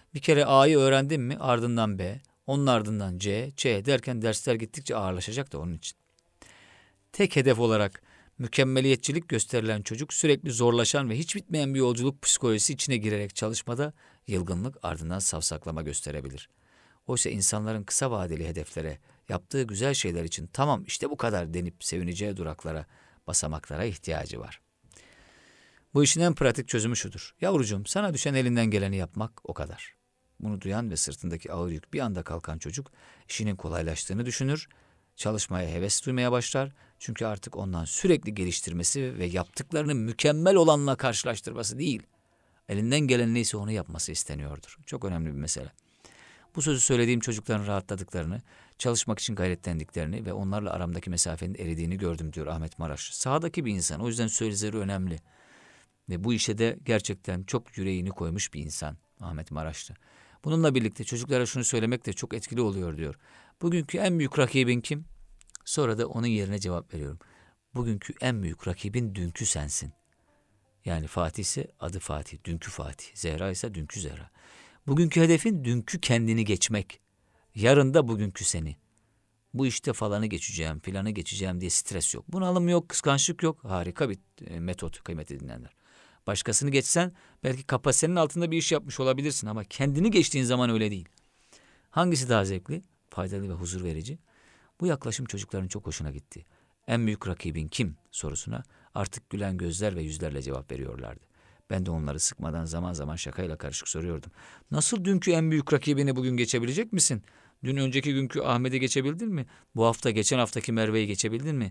Bir kere A'yı öğrendin mi ardından B, onun ardından C, Ç derken dersler gittikçe ağırlaşacak da onun için. Tek hedef olarak mükemmeliyetçilik gösterilen çocuk sürekli zorlaşan ve hiç bitmeyen bir yolculuk psikolojisi içine girerek çalışmada yılgınlık ardından savsaklama gösterebilir. Oysa insanların kısa vadeli hedeflere, yaptığı güzel şeyler için tamam işte bu kadar denip sevineceği duraklara, basamaklara ihtiyacı var. Bu işin en pratik çözümü şudur. Yavrucuğum sana düşen elinden geleni yapmak o kadar. Bunu duyan ve sırtındaki ağır yük bir anda kalkan çocuk işinin kolaylaştığını düşünür, çalışmaya heves duymaya başlar. Çünkü artık ondan sürekli geliştirmesi ve yaptıklarını mükemmel olanla karşılaştırması değil, elinden gelen neyse onu yapması isteniyordur. Çok önemli bir mesele. Bu sözü söylediğim çocukların rahatladıklarını, çalışmak için gayretlendiklerini ve onlarla aramdaki mesafenin eridiğini gördüm diyor Ahmet Maraş. Sahadaki bir insan, o yüzden sözleri önemli. Ve bu işe de gerçekten çok yüreğini koymuş bir insan Ahmet Maraş'tı. Bununla birlikte çocuklara şunu söylemek de çok etkili oluyor diyor. Bugünkü en büyük rakibin kim? Sonra da onun yerine cevap veriyorum. Bugünkü en büyük rakibin dünkü sensin. Yani Fatih ise adı Fatih, dünkü Fatih. Zehra ise dünkü Zehra. Bugünkü hedefin dünkü kendini geçmek. Yarın da bugünkü seni. Bu işte falanı geçeceğim, filanı geçeceğim diye stres yok. Bunalım yok, kıskançlık yok. Harika bir metot kıymetli dinleyenler. Başkasını geçsen belki kapasitenin altında bir iş yapmış olabilirsin ama kendini geçtiğin zaman öyle değil. Hangisi daha zevkli, faydalı ve huzur verici? Bu yaklaşım çocukların çok hoşuna gitti. En büyük rakibin kim sorusuna artık gülen gözler ve yüzlerle cevap veriyorlardı. Ben de onları sıkmadan zaman zaman şakayla karışık soruyordum. Nasıl dünkü en büyük rakibini bugün geçebilecek misin? Dün önceki günkü Ahmet'i geçebildin mi? Bu hafta geçen haftaki Merve'yi geçebildin mi?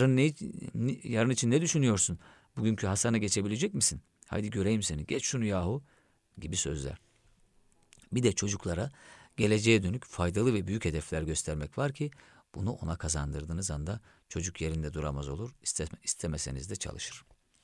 Yarın için ne düşünüyorsun? Bugünkü Hasan'ı geçebilecek misin? Haydi göreyim seni. Geç şunu yahu gibi sözler. Bir de çocuklara geleceğe dönük faydalı ve büyük hedefler göstermek var ki bunu ona kazandırdığınız anda çocuk yerinde duramaz olur. İstemeseniz de çalışır.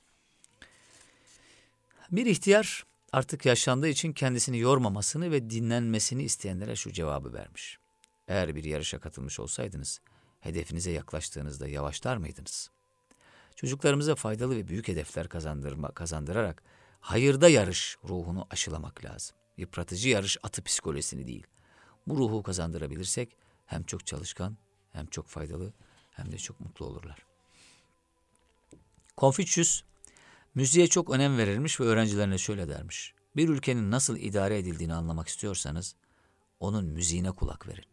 Bir ihtiyar artık yaşlandığı için kendisini yormamasını ve dinlenmesini isteyenlere şu cevabı vermiş. Eğer bir yarışa katılmış olsaydınız, hedefinize yaklaştığınızda yavaşlar mıydınız? Çocuklarımıza faydalı ve büyük hedefler kazandırarak hayırda yarış ruhunu aşılamak lazım. Yıpratıcı yarış atı psikolojisini değil. Bu ruhu kazandırabilirsek hem çok çalışkan, hem çok faydalı, hem de çok mutlu olurlar. Konfüçyüs, müziğe çok önem verirmiş ve öğrencilerine şöyle dermiş. Bir ülkenin nasıl idare edildiğini anlamak istiyorsanız, onun müziğine kulak verin.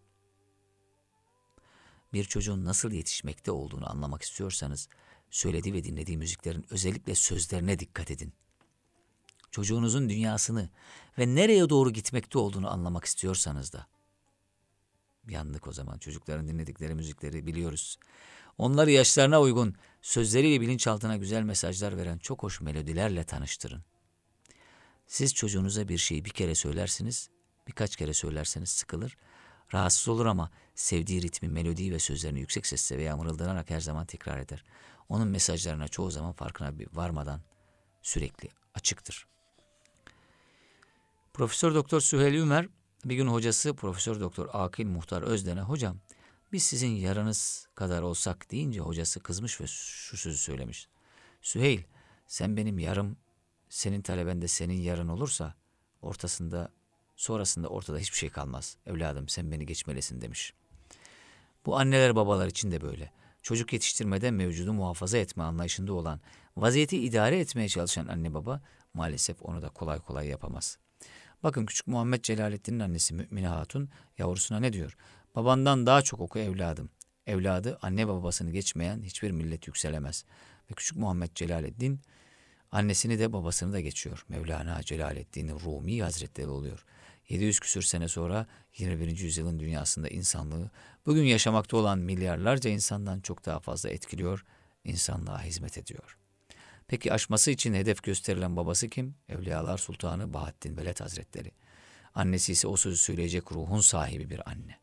Bir çocuğun nasıl yetişmekte olduğunu anlamak istiyorsanız, söylediği ve dinlediği müziklerin özellikle sözlerine dikkat edin. Çocuğunuzun dünyasını ve nereye doğru gitmekte olduğunu anlamak istiyorsanız da, yandık o zaman. Çocukların dinledikleri müzikleri biliyoruz. Onları yaşlarına uygun, sözleriyle bilinçaltına güzel mesajlar veren çok hoş melodilerle tanıştırın. Siz çocuğunuza bir şeyi bir kere söylersiniz, birkaç kere söylerseniz sıkılır, rahatsız olur ama sevdiği ritmi, melodiyi ve sözlerini yüksek sesle veya mırıldanarak her zaman tekrar eder. Onun mesajlarına çoğu zaman farkına varmadan sürekli açıktır. Profesör Doktor Süheyl Ümer bir gün hocası Profesör Doktor Akil Muhtar Özden'e hocam biz sizin yarınız kadar olsak deyince hocası kızmış ve şu sözü söylemiş. Süheyl sen benim yarım, senin taleben de senin yarın olursa sonrasında ortada hiçbir şey kalmaz. Evladım sen beni geçmelisin demiş. Bu anneler babalar için de böyle. Çocuk yetiştirmede mevcudu muhafaza etme anlayışında olan, vaziyeti idare etmeye çalışan anne baba maalesef onu da kolay kolay yapamaz. Bakın küçük Muhammed Celalettin'in annesi Mümine Hatun yavrusuna ne diyor? Babandan daha çok oku evladım. Evladı anne ve babasını geçmeyen hiçbir millet yükselemez. Ve küçük Muhammed Celaleddin annesini de babasını da geçiyor. Mevlana Celaleddin Rumi Hazretleri oluyor. 700 küsür sene sonra 21. yüzyılın dünyasında insanlığı bugün yaşamakta olan milyarlarca insandan çok daha fazla etkiliyor, insanlığa hizmet ediyor. Peki aşması için hedef gösterilen babası kim? Evliyalar Sultanı Bahattin Veled Hazretleri. Annesi ise o sözü söyleyecek ruhun sahibi bir anne.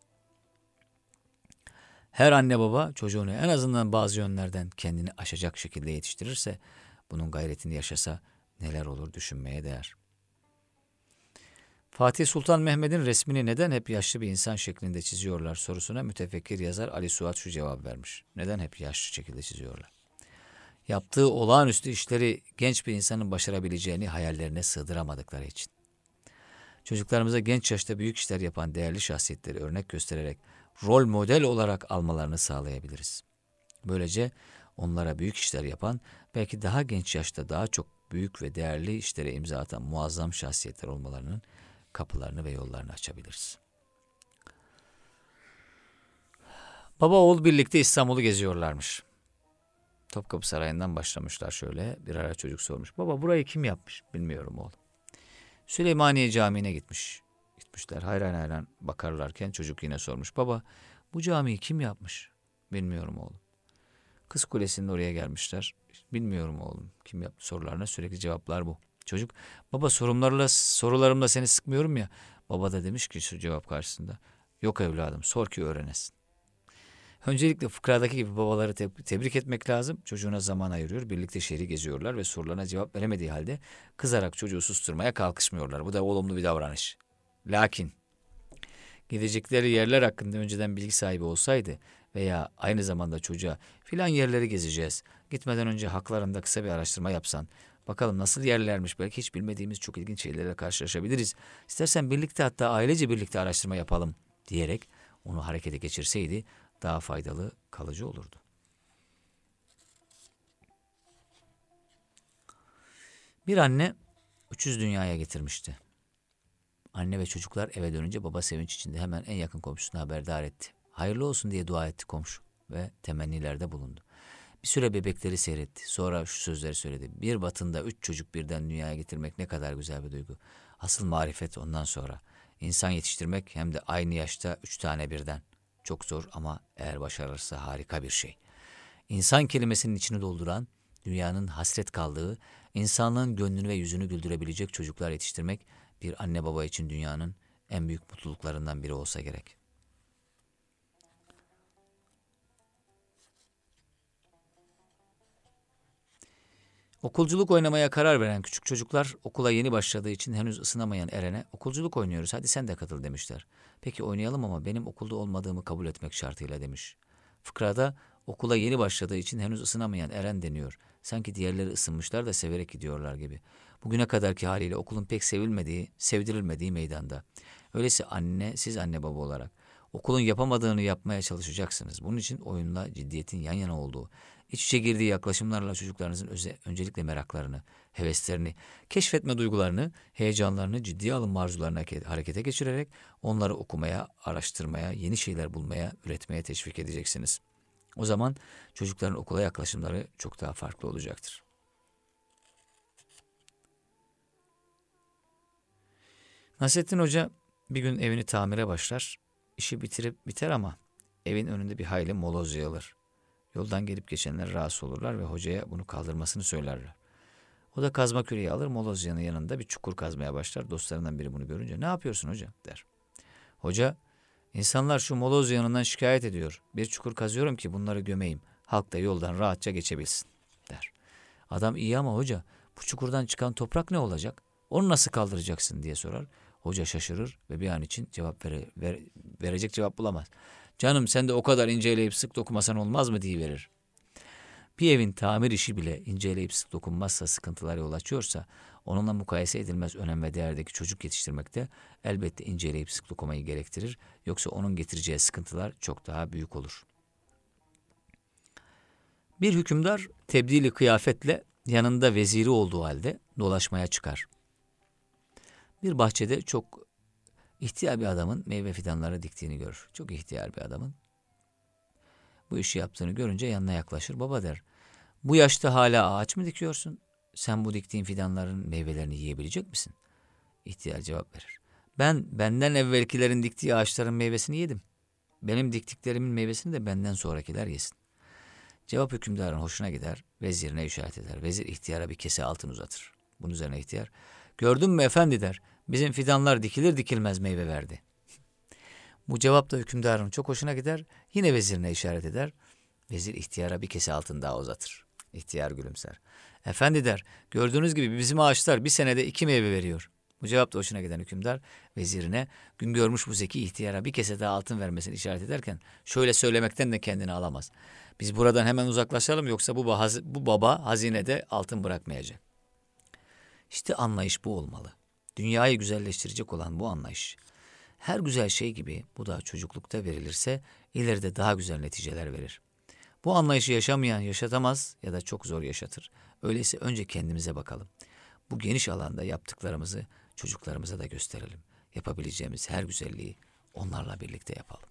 Her anne baba çocuğunu en azından bazı yönlerden kendini aşacak şekilde yetiştirirse, bunun gayretini yaşasa neler olur düşünmeye değer. Fatih Sultan Mehmet'in resmini neden hep yaşlı bir insan şeklinde çiziyorlar sorusuna mütefekkir yazar Ali Suat şu cevap vermiş. Neden hep yaşlı şekilde çiziyorlar? Yaptığı olağanüstü işleri genç bir insanın başarabileceğini hayallerine sığdıramadıkları için. Çocuklarımıza genç yaşta büyük işler yapan değerli şahsiyetleri örnek göstererek rol model olarak almalarını sağlayabiliriz. Böylece onlara büyük işler yapan, belki daha genç yaşta daha çok büyük ve değerli işlere imza atan muazzam şahsiyetler olmalarının kapılarını ve yollarını açabiliriz. Baba oğul birlikte İstanbul'u geziyorlarmış. Topkapı Sarayı'ndan başlamışlar şöyle. Bir ara çocuk sormuş. Baba burayı kim yapmış? Bilmiyorum oğlum. Süleymaniye Camii'ne gitmişler. Hayran hayran bakarlarken çocuk yine sormuş. Baba bu camiyi kim yapmış? Bilmiyorum oğlum. Kız Kulesi'nin oraya gelmişler. Bilmiyorum oğlum. Kim yaptı sorularına sürekli cevaplar bu. Çocuk baba sorularımla seni sıkmıyorum ya. Baba da demiş ki şu cevap karşısında. Yok evladım sor ki öğrenesin. Öncelikle fıkradaki gibi babaları tebrik etmek lazım. Çocuğuna zaman ayırıyor. Birlikte şehri geziyorlar ve sorularına cevap veremediği halde kızarak çocuğu susturmaya kalkışmıyorlar. Bu da olumlu bir davranış. Lakin gidecekleri yerler hakkında önceden bilgi sahibi olsaydı veya aynı zamanda çocuğa filan yerleri gezeceğiz. Gitmeden önce haklarında kısa bir araştırma yapsan. Bakalım nasıl yerlermiş, belki hiç bilmediğimiz çok ilginç şeylerle karşılaşabiliriz. İstersen birlikte, hatta ailece birlikte araştırma yapalım diyerek onu harekete geçirseydi daha faydalı, kalıcı olurdu. Bir anne 300 dünyaya getirmişti. Anne ve çocuklar eve dönünce baba sevinç içinde hemen en yakın komşusuna haberdar etti. Hayırlı olsun diye dua etti komşu ve temennilerde bulundu. Bir süre bebekleri seyretti. Sonra şu sözleri söyledi. Bir batında 3 çocuk birden dünyaya getirmek ne kadar güzel bir duygu. Asıl marifet ondan sonra. İnsan yetiştirmek, hem de aynı yaşta 3 tane birden. Çok zor ama eğer başarırsa harika bir şey. İnsan kelimesinin içini dolduran, dünyanın hasret kaldığı, insanlığın gönlünü ve yüzünü güldürebilecek çocuklar yetiştirmek bir anne baba için dünyanın en büyük mutluluklarından biri olsa gerek. Okulculuk oynamaya karar veren küçük çocuklar okula yeni başladığı için henüz ısınamayan Eren'e okulculuk oynuyoruz hadi sen de katıl demişler. Peki oynayalım ama benim okulda olmadığımı kabul etmek şartıyla demiş. Fıkrada okula yeni başladığı için henüz ısınamayan Eren deniyor. Sanki diğerleri ısınmışlar da severek gidiyorlar gibi. Bugüne kadarki haliyle okulun pek sevdirilmediği meydanda. Öyleyse siz anne baba olarak okulun yapamadığını yapmaya çalışacaksınız. Bunun için oyunla ciddiyetin yan yana olduğu, iç içe girdiği yaklaşımlarla çocuklarınızın öncelikle meraklarını, heveslerini, keşfetme duygularını, heyecanlarını, ciddiye alınma arzularını harekete geçirerek onları okumaya, araştırmaya, yeni şeyler bulmaya, üretmeye teşvik edeceksiniz. O zaman çocukların okula yaklaşımları çok daha farklı olacaktır. Nasrettin Hoca bir gün evini tamire başlar. İşi biter ama evin önünde bir hayli moloz yığılır. Yoldan gelip geçenler rahatsız olurlar ve hocaya bunu kaldırmasını söylerler. O da kazma küreği alır, moloz yanında bir çukur kazmaya başlar. Dostlarından biri bunu görünce ne yapıyorsun hoca der. Hoca, insanlar şu moloz yanından şikayet ediyor. Bir çukur kazıyorum ki bunları gömeyim. Halk da yoldan rahatça geçebilsin der. Adam iyi ama hoca bu çukurdan çıkan toprak ne olacak? Onu nasıl kaldıracaksın diye sorar. Hoca şaşırır ve bir an için verecek cevap bulamaz. Canım sen de o kadar inceleyip sık dokumasan olmaz mı diyiverir. Bir evin tamir işi bile inceleyip sık dokunmazsa, sıkıntılara yol açıyorsa, onunla mukayese edilmez önem ve değerdeki çocuk yetiştirmekte elbette inceleyip sık dokumayı gerektirir. Yoksa onun getireceği sıkıntılar çok daha büyük olur. Bir hükümdar tebdili kıyafetle yanında veziri olduğu halde dolaşmaya çıkar. Bir bahçede çok ihtiyar bir adamın meyve fidanları diktiğini görür. Çok ihtiyar bir adamın. Bu işi yaptığını görünce yanına yaklaşır. Baba der, bu yaşta hala ağaç mı dikiyorsun? Sen bu diktiğin fidanların meyvelerini yiyebilecek misin? İhtiyar cevap verir. Benden evvelkilerin diktiği ağaçların meyvesini yedim. Benim diktiklerimin meyvesini de benden sonrakiler yesin. Cevap hükümdarın hoşuna gider, vezirine işaret eder. Vezir ihtiyara bir kese altın uzatır. Bunun üzerine ihtiyar, gördün mü efendi der, bizim fidanlar dikilir dikilmez meyve verdi. Bu cevap da hükümdarın çok hoşuna gider, yine vezirine işaret eder. Vezir ihtiyara bir kese altın daha uzatır. İhtiyar gülümser. Efendi der, gördüğünüz gibi bizim ağaçlar bir senede 2 meyve veriyor. Bu cevap da hoşuna giden hükümdar vezirine gün görmüş bu zeki ihtiyara bir kese daha altın vermesini işaret ederken şöyle söylemekten de kendini alamaz. Biz buradan hemen uzaklaşalım yoksa bu baba hazinede altın bırakmayacak. İşte anlayış bu olmalı. Dünyayı güzelleştirecek olan bu anlayış, her güzel şey gibi bu da çocuklukta verilirse ileride daha güzel neticeler verir. Bu anlayışı yaşamayan yaşatamaz ya da çok zor yaşatır. Öyleyse önce kendimize bakalım. Bu geniş alanda yaptıklarımızı çocuklarımıza da gösterelim. Yapabileceğimiz her güzelliği onlarla birlikte yapalım.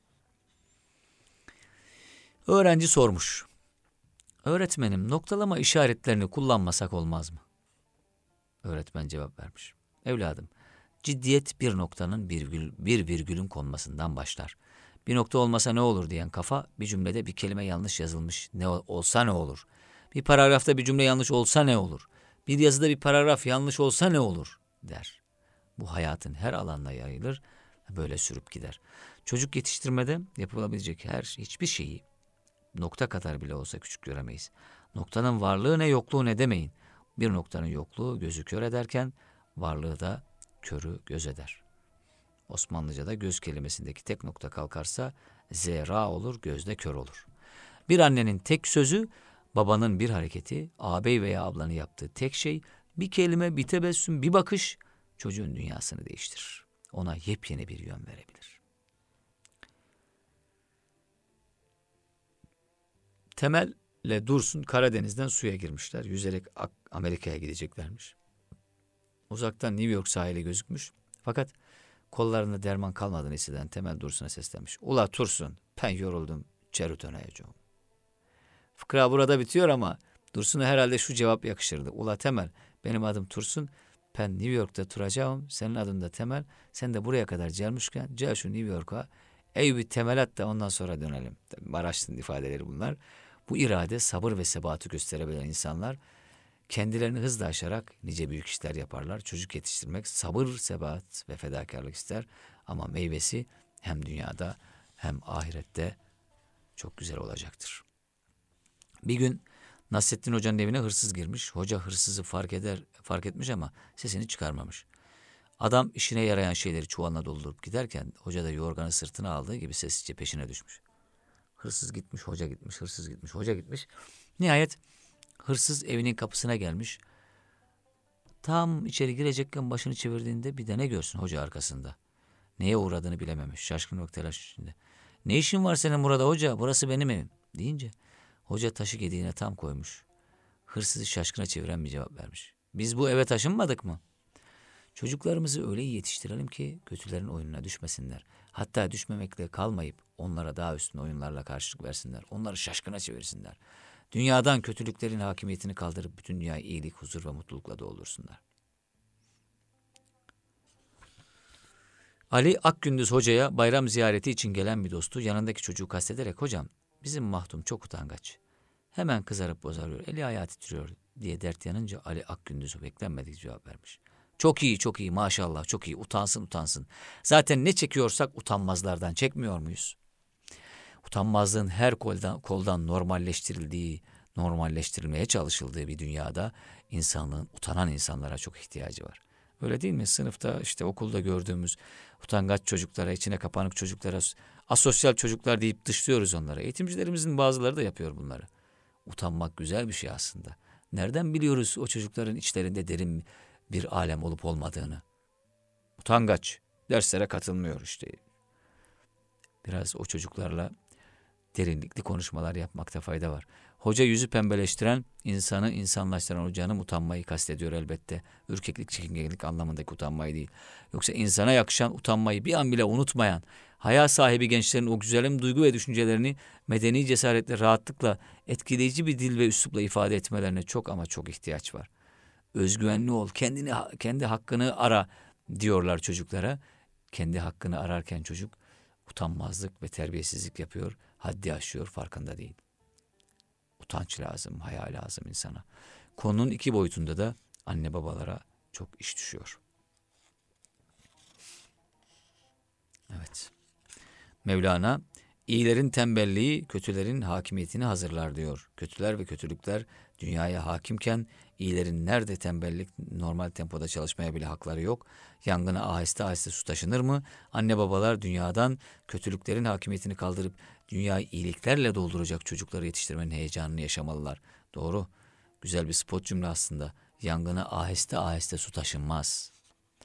Öğrenci sormuş. Öğretmenim, noktalama işaretlerini kullanmasak olmaz mı? Öğretmen cevap vermiş. Evladım, ciddiyet bir noktanın bir virgülün konmasından başlar. Bir nokta olmasa ne olur diyen kafa, bir cümlede bir kelime yanlış yazılmış olsa ne olur? Bir paragrafta bir cümle yanlış olsa ne olur? Bir yazıda bir paragraf yanlış olsa ne olur der. Bu hayatın her alanına yayılır, böyle sürüp gider. Çocuk yetiştirmede yapılabilecek hiçbir şeyi nokta kadar bile olsa küçük göremeyiz. Noktanın varlığı ne yokluğu ne demeyin. Bir noktanın yokluğu gözü kör ederken varlığı da körü göz eder. Osmanlıca'da göz kelimesindeki tek nokta kalkarsa zera olur, gözde kör olur. Bir annenin tek sözü, babanın bir hareketi, ağabey veya ablanın yaptığı tek şey, bir kelime, bir tebessüm, bir bakış çocuğun dünyasını değiştirir. Ona yepyeni bir yön verebilir. Temel'le Dursun Karadeniz'den suya girmişler. Yüzerek Amerika'ya gideceklermiş. Uzaktan New York sahili gözükmüş. Fakat kollarında derman kalmadığını hisseden Temel Dursun'a seslenmiş. Ula Tursun, ben yoruldum, çeri döneceğim. Fıkra burada bitiyor ama Dursun'a herhalde şu cevap yakışırdı. Ula Temel, benim adım Tursun, ben New York'ta duracağım, senin adın da Temel, sen de buraya kadar gelmişken gel şu New York'a, ey bir temel at da ondan sonra dönelim. Maraşlı'nın ifadeleri bunlar. Bu irade, sabır ve sebatı gösterebilen insanlar kendilerini hızla aşarak nice büyük işler yaparlar. Çocuk yetiştirmek sabır, sebat ve fedakarlık ister ama meyvesi hem dünyada hem ahirette çok güzel olacaktır. Bir gün Nasrettin Hoca'nın evine hırsız girmiş. Hoca hırsızı fark etmiş ama sesini çıkarmamış. Adam işine yarayan şeyleri çuvalına doldurup giderken hoca da yorganı sırtına aldığı gibi sessizce peşine düşmüş. Hırsız gitmiş, hoca gitmiş, hırsız gitmiş, hoca gitmiş. Nihayet hırsız evinin kapısına gelmiş. Tam içeri girecekken başını çevirdiğinde bir de ne görsün hoca arkasında. Neye uğradığını bilememiş, şaşkın ve telaş içinde. Ne işin var senin burada hoca, burası benim evim deyince hoca taşı gediğine tam koymuş. Hırsızı şaşkına çeviren bir cevap vermiş. Biz bu eve taşınmadık mı? Çocuklarımızı öyle iyi yetiştirelim ki kötülerin oyununa düşmesinler. Hatta düşmemekle kalmayıp onlara daha üstün oyunlarla karşılık versinler. Onları şaşkına çevirsinler. Dünyadan kötülüklerin hakimiyetini kaldırıp bütün dünyayı iyilik, huzur ve mutlulukla doldursunlar. Ali Akgündüz Hoca'ya bayram ziyareti için gelen bir dostu yanındaki çocuğu kastederek hocam bizim Mahdum çok utangaç. Hemen kızarıp bozarıyor, eli ayağı titriyor diye dert yanınca Ali Akgündüz beklenmedik cevap vermiş. Çok iyi, çok iyi maşallah, çok iyi, utansın utansın. Zaten ne çekiyorsak utanmazlardan çekmiyor muyuz? Utanmazlığın her koldan normalleştirilmeye çalışıldığı bir dünyada insanlığın utanan insanlara çok ihtiyacı var. Öyle değil mi? Sınıfta işte okulda gördüğümüz utangaç çocuklara, içine kapanık çocuklara, asosyal çocuklar deyip dışlıyoruz onlara. Eğitimcilerimizin bazıları da yapıyor bunları. Utanmak güzel bir şey aslında. Nereden biliyoruz o çocukların içlerinde derin bir alem olup olmadığını? Utangaç, derslere katılmıyor işte. Biraz o çocuklarla derinlikli konuşmalar yapmakta fayda var. Hoca yüzü pembeleştiren, insanı insanlaştıran o canım utanmayı kastediyor elbette. Ürkeklik, çekingenlik anlamındaki utanmayı değil. Yoksa insana yakışan utanmayı bir an bile unutmayan, haya sahibi gençlerin o güzelim duygu ve düşüncelerini medeni cesaretle, rahatlıkla, etkileyici bir dil ve üslupla ifade etmelerine çok ama çok ihtiyaç var. Özgüvenli ol, kendi hakkını ara diyorlar çocuklara. Kendi hakkını ararken çocuk utanmazlık ve terbiyesizlik yapıyor, haddi aşıyor, farkında değil. Utanç lazım, haya lazım insana. Konunun iki boyutunda da anne babalara çok iş düşüyor. Evet. Mevlana, iyilerin tembelliği kötülerin hakimiyetini hazırlar diyor. Kötüler ve kötülükler dünyaya hakimken iyilerin nerede tembellik, normal tempoda çalışmaya bile hakları yok. Yangına aheste aheste su taşınır mı? Anne babalar dünyadan kötülüklerin hakimiyetini kaldırıp dünyayı iyiliklerle dolduracak çocukları yetiştirmenin heyecanını yaşamalılar. Doğru. Güzel bir spot cümle aslında. Yangına aheste aheste su taşınmaz.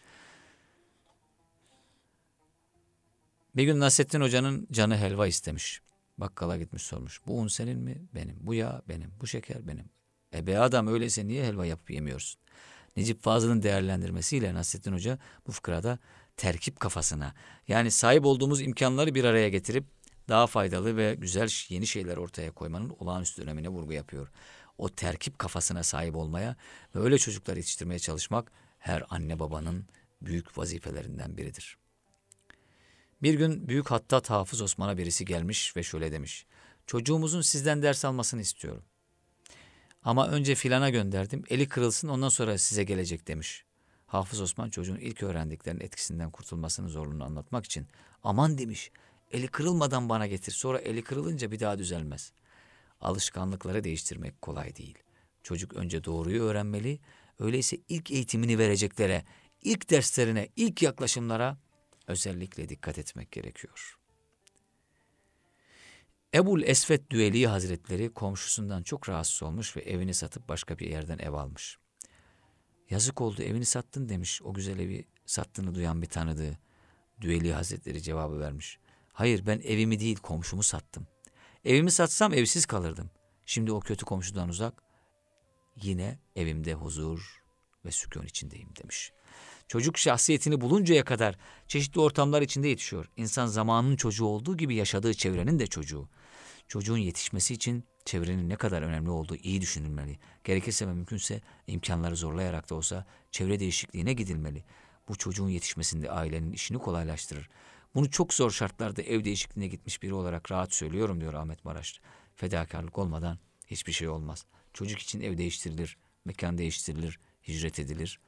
Bir gün Nasrettin Hoca'nın canı helva istemiş. Bakkala gitmiş sormuş. Bu un senin mi? Benim. Bu yağ benim. Bu şeker benim. Be adam, öyleyse niye helva yapıp yemiyorsun? Necip Fazıl'ın değerlendirmesiyle Nasrettin Hoca bu fıkrada terkip kafasına, yani sahip olduğumuz imkanları bir araya getirip daha faydalı ve güzel yeni şeyler ortaya koymanın olağanüstü önemine vurgu yapıyor. O terkip kafasına sahip olmaya ve öyle çocuklar yetiştirmeye çalışmak her anne babanın büyük vazifelerinden biridir. Bir gün Büyük Hattat Hafız Osman'a birisi gelmiş ve şöyle demiş. Çocuğumuzun sizden ders almasını istiyorum. Ama önce filana gönderdim, eli kırılsın, ondan sonra size gelecek demiş. Hafız Osman çocuğun ilk öğrendiklerinin etkisinden kurtulmasının zorluğunu anlatmak için aman demiş, eli kırılmadan bana getir, sonra eli kırılınca bir daha düzelmez. Alışkanlıkları değiştirmek kolay değil. Çocuk önce doğruyu öğrenmeli, öyleyse ilk eğitimini vereceklere, ilk derslerine, ilk yaklaşımlara özellikle dikkat etmek gerekiyor. Ebul Esvet Düveli Hazretleri komşusundan çok rahatsız olmuş ve evini satıp başka bir yerden ev almış. Yazık oldu, evini sattın demiş o güzel evi sattığını duyan bir tanıdığı. Düveli Hazretleri cevabı vermiş. Hayır, ben evimi değil komşumu sattım. Evimi satsam evsiz kalırdım. Şimdi o kötü komşudan uzak, yine evimde huzur ve sükun içindeyim demiş. Çocuk şahsiyetini buluncaya kadar çeşitli ortamlar içinde yetişiyor. İnsan zamanının çocuğu olduğu gibi yaşadığı çevrenin de çocuğu. Çocuğun yetişmesi için çevrenin ne kadar önemli olduğu iyi düşünülmeli. Gerekirse ve mümkünse imkanları zorlayarak da olsa çevre değişikliğine gidilmeli. Bu çocuğun yetişmesinde ailenin işini kolaylaştırır. Bunu çok zor şartlarda ev değişikliğine gitmiş biri olarak rahat söylüyorum diyor Ahmet Maraşlı. Fedakarlık olmadan hiçbir şey olmaz. Çocuk için ev değiştirilir, mekan değiştirilir, hicret edilir.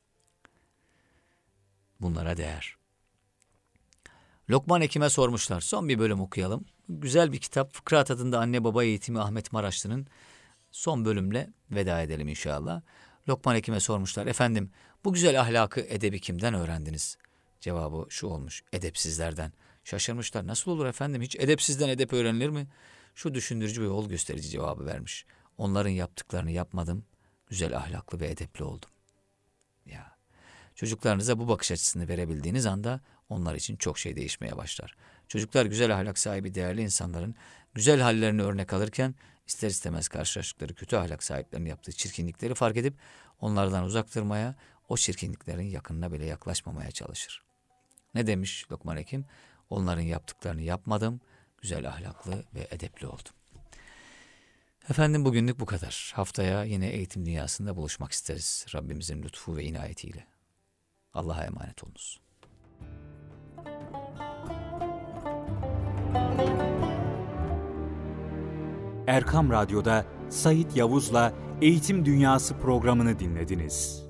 Bunlara değer. Lokman Hekim'e sormuşlar. Son bir bölüm okuyalım. Güzel bir kitap. Fıkra Tadında Anne Baba Eğitimi Ahmet Maraşlı'nın son bölümle veda edelim inşallah. Lokman Hekim'e sormuşlar. Efendim, bu güzel ahlakı, edebi kimden öğrendiniz? Cevabı şu olmuş. Edepsizlerden. Şaşırmışlar. Nasıl olur efendim? Hiç edepsizden edep öğrenilir mi? Şu düşündürücü ve yol gösterici cevabı vermiş. Onların yaptıklarını yapmadım. Güzel ahlaklı ve edepli oldum. Ya. Çocuklarınıza bu bakış açısını verebildiğiniz anda onlar için çok şey değişmeye başlar. Çocuklar güzel ahlak sahibi değerli insanların güzel hallerini örnek alırken ister istemez karşılaştıkları kötü ahlak sahiplerinin yaptığı çirkinlikleri fark edip onlardan uzak durmaya, o çirkinliklerin yakınına bile yaklaşmamaya çalışır. Ne demiş Lokman Hekim? Onların yaptıklarını yapmadım, güzel ahlaklı ve edepli oldum. Efendim bugünlük bu kadar. Haftaya yine eğitim dünyasında buluşmak isteriz Rabbimizin lütfu ve inayetiyle. Allah'a emanet olunuz. Erkam Radyo'da Sait Yavuz'la Eğitim Dünyası programını dinlediniz.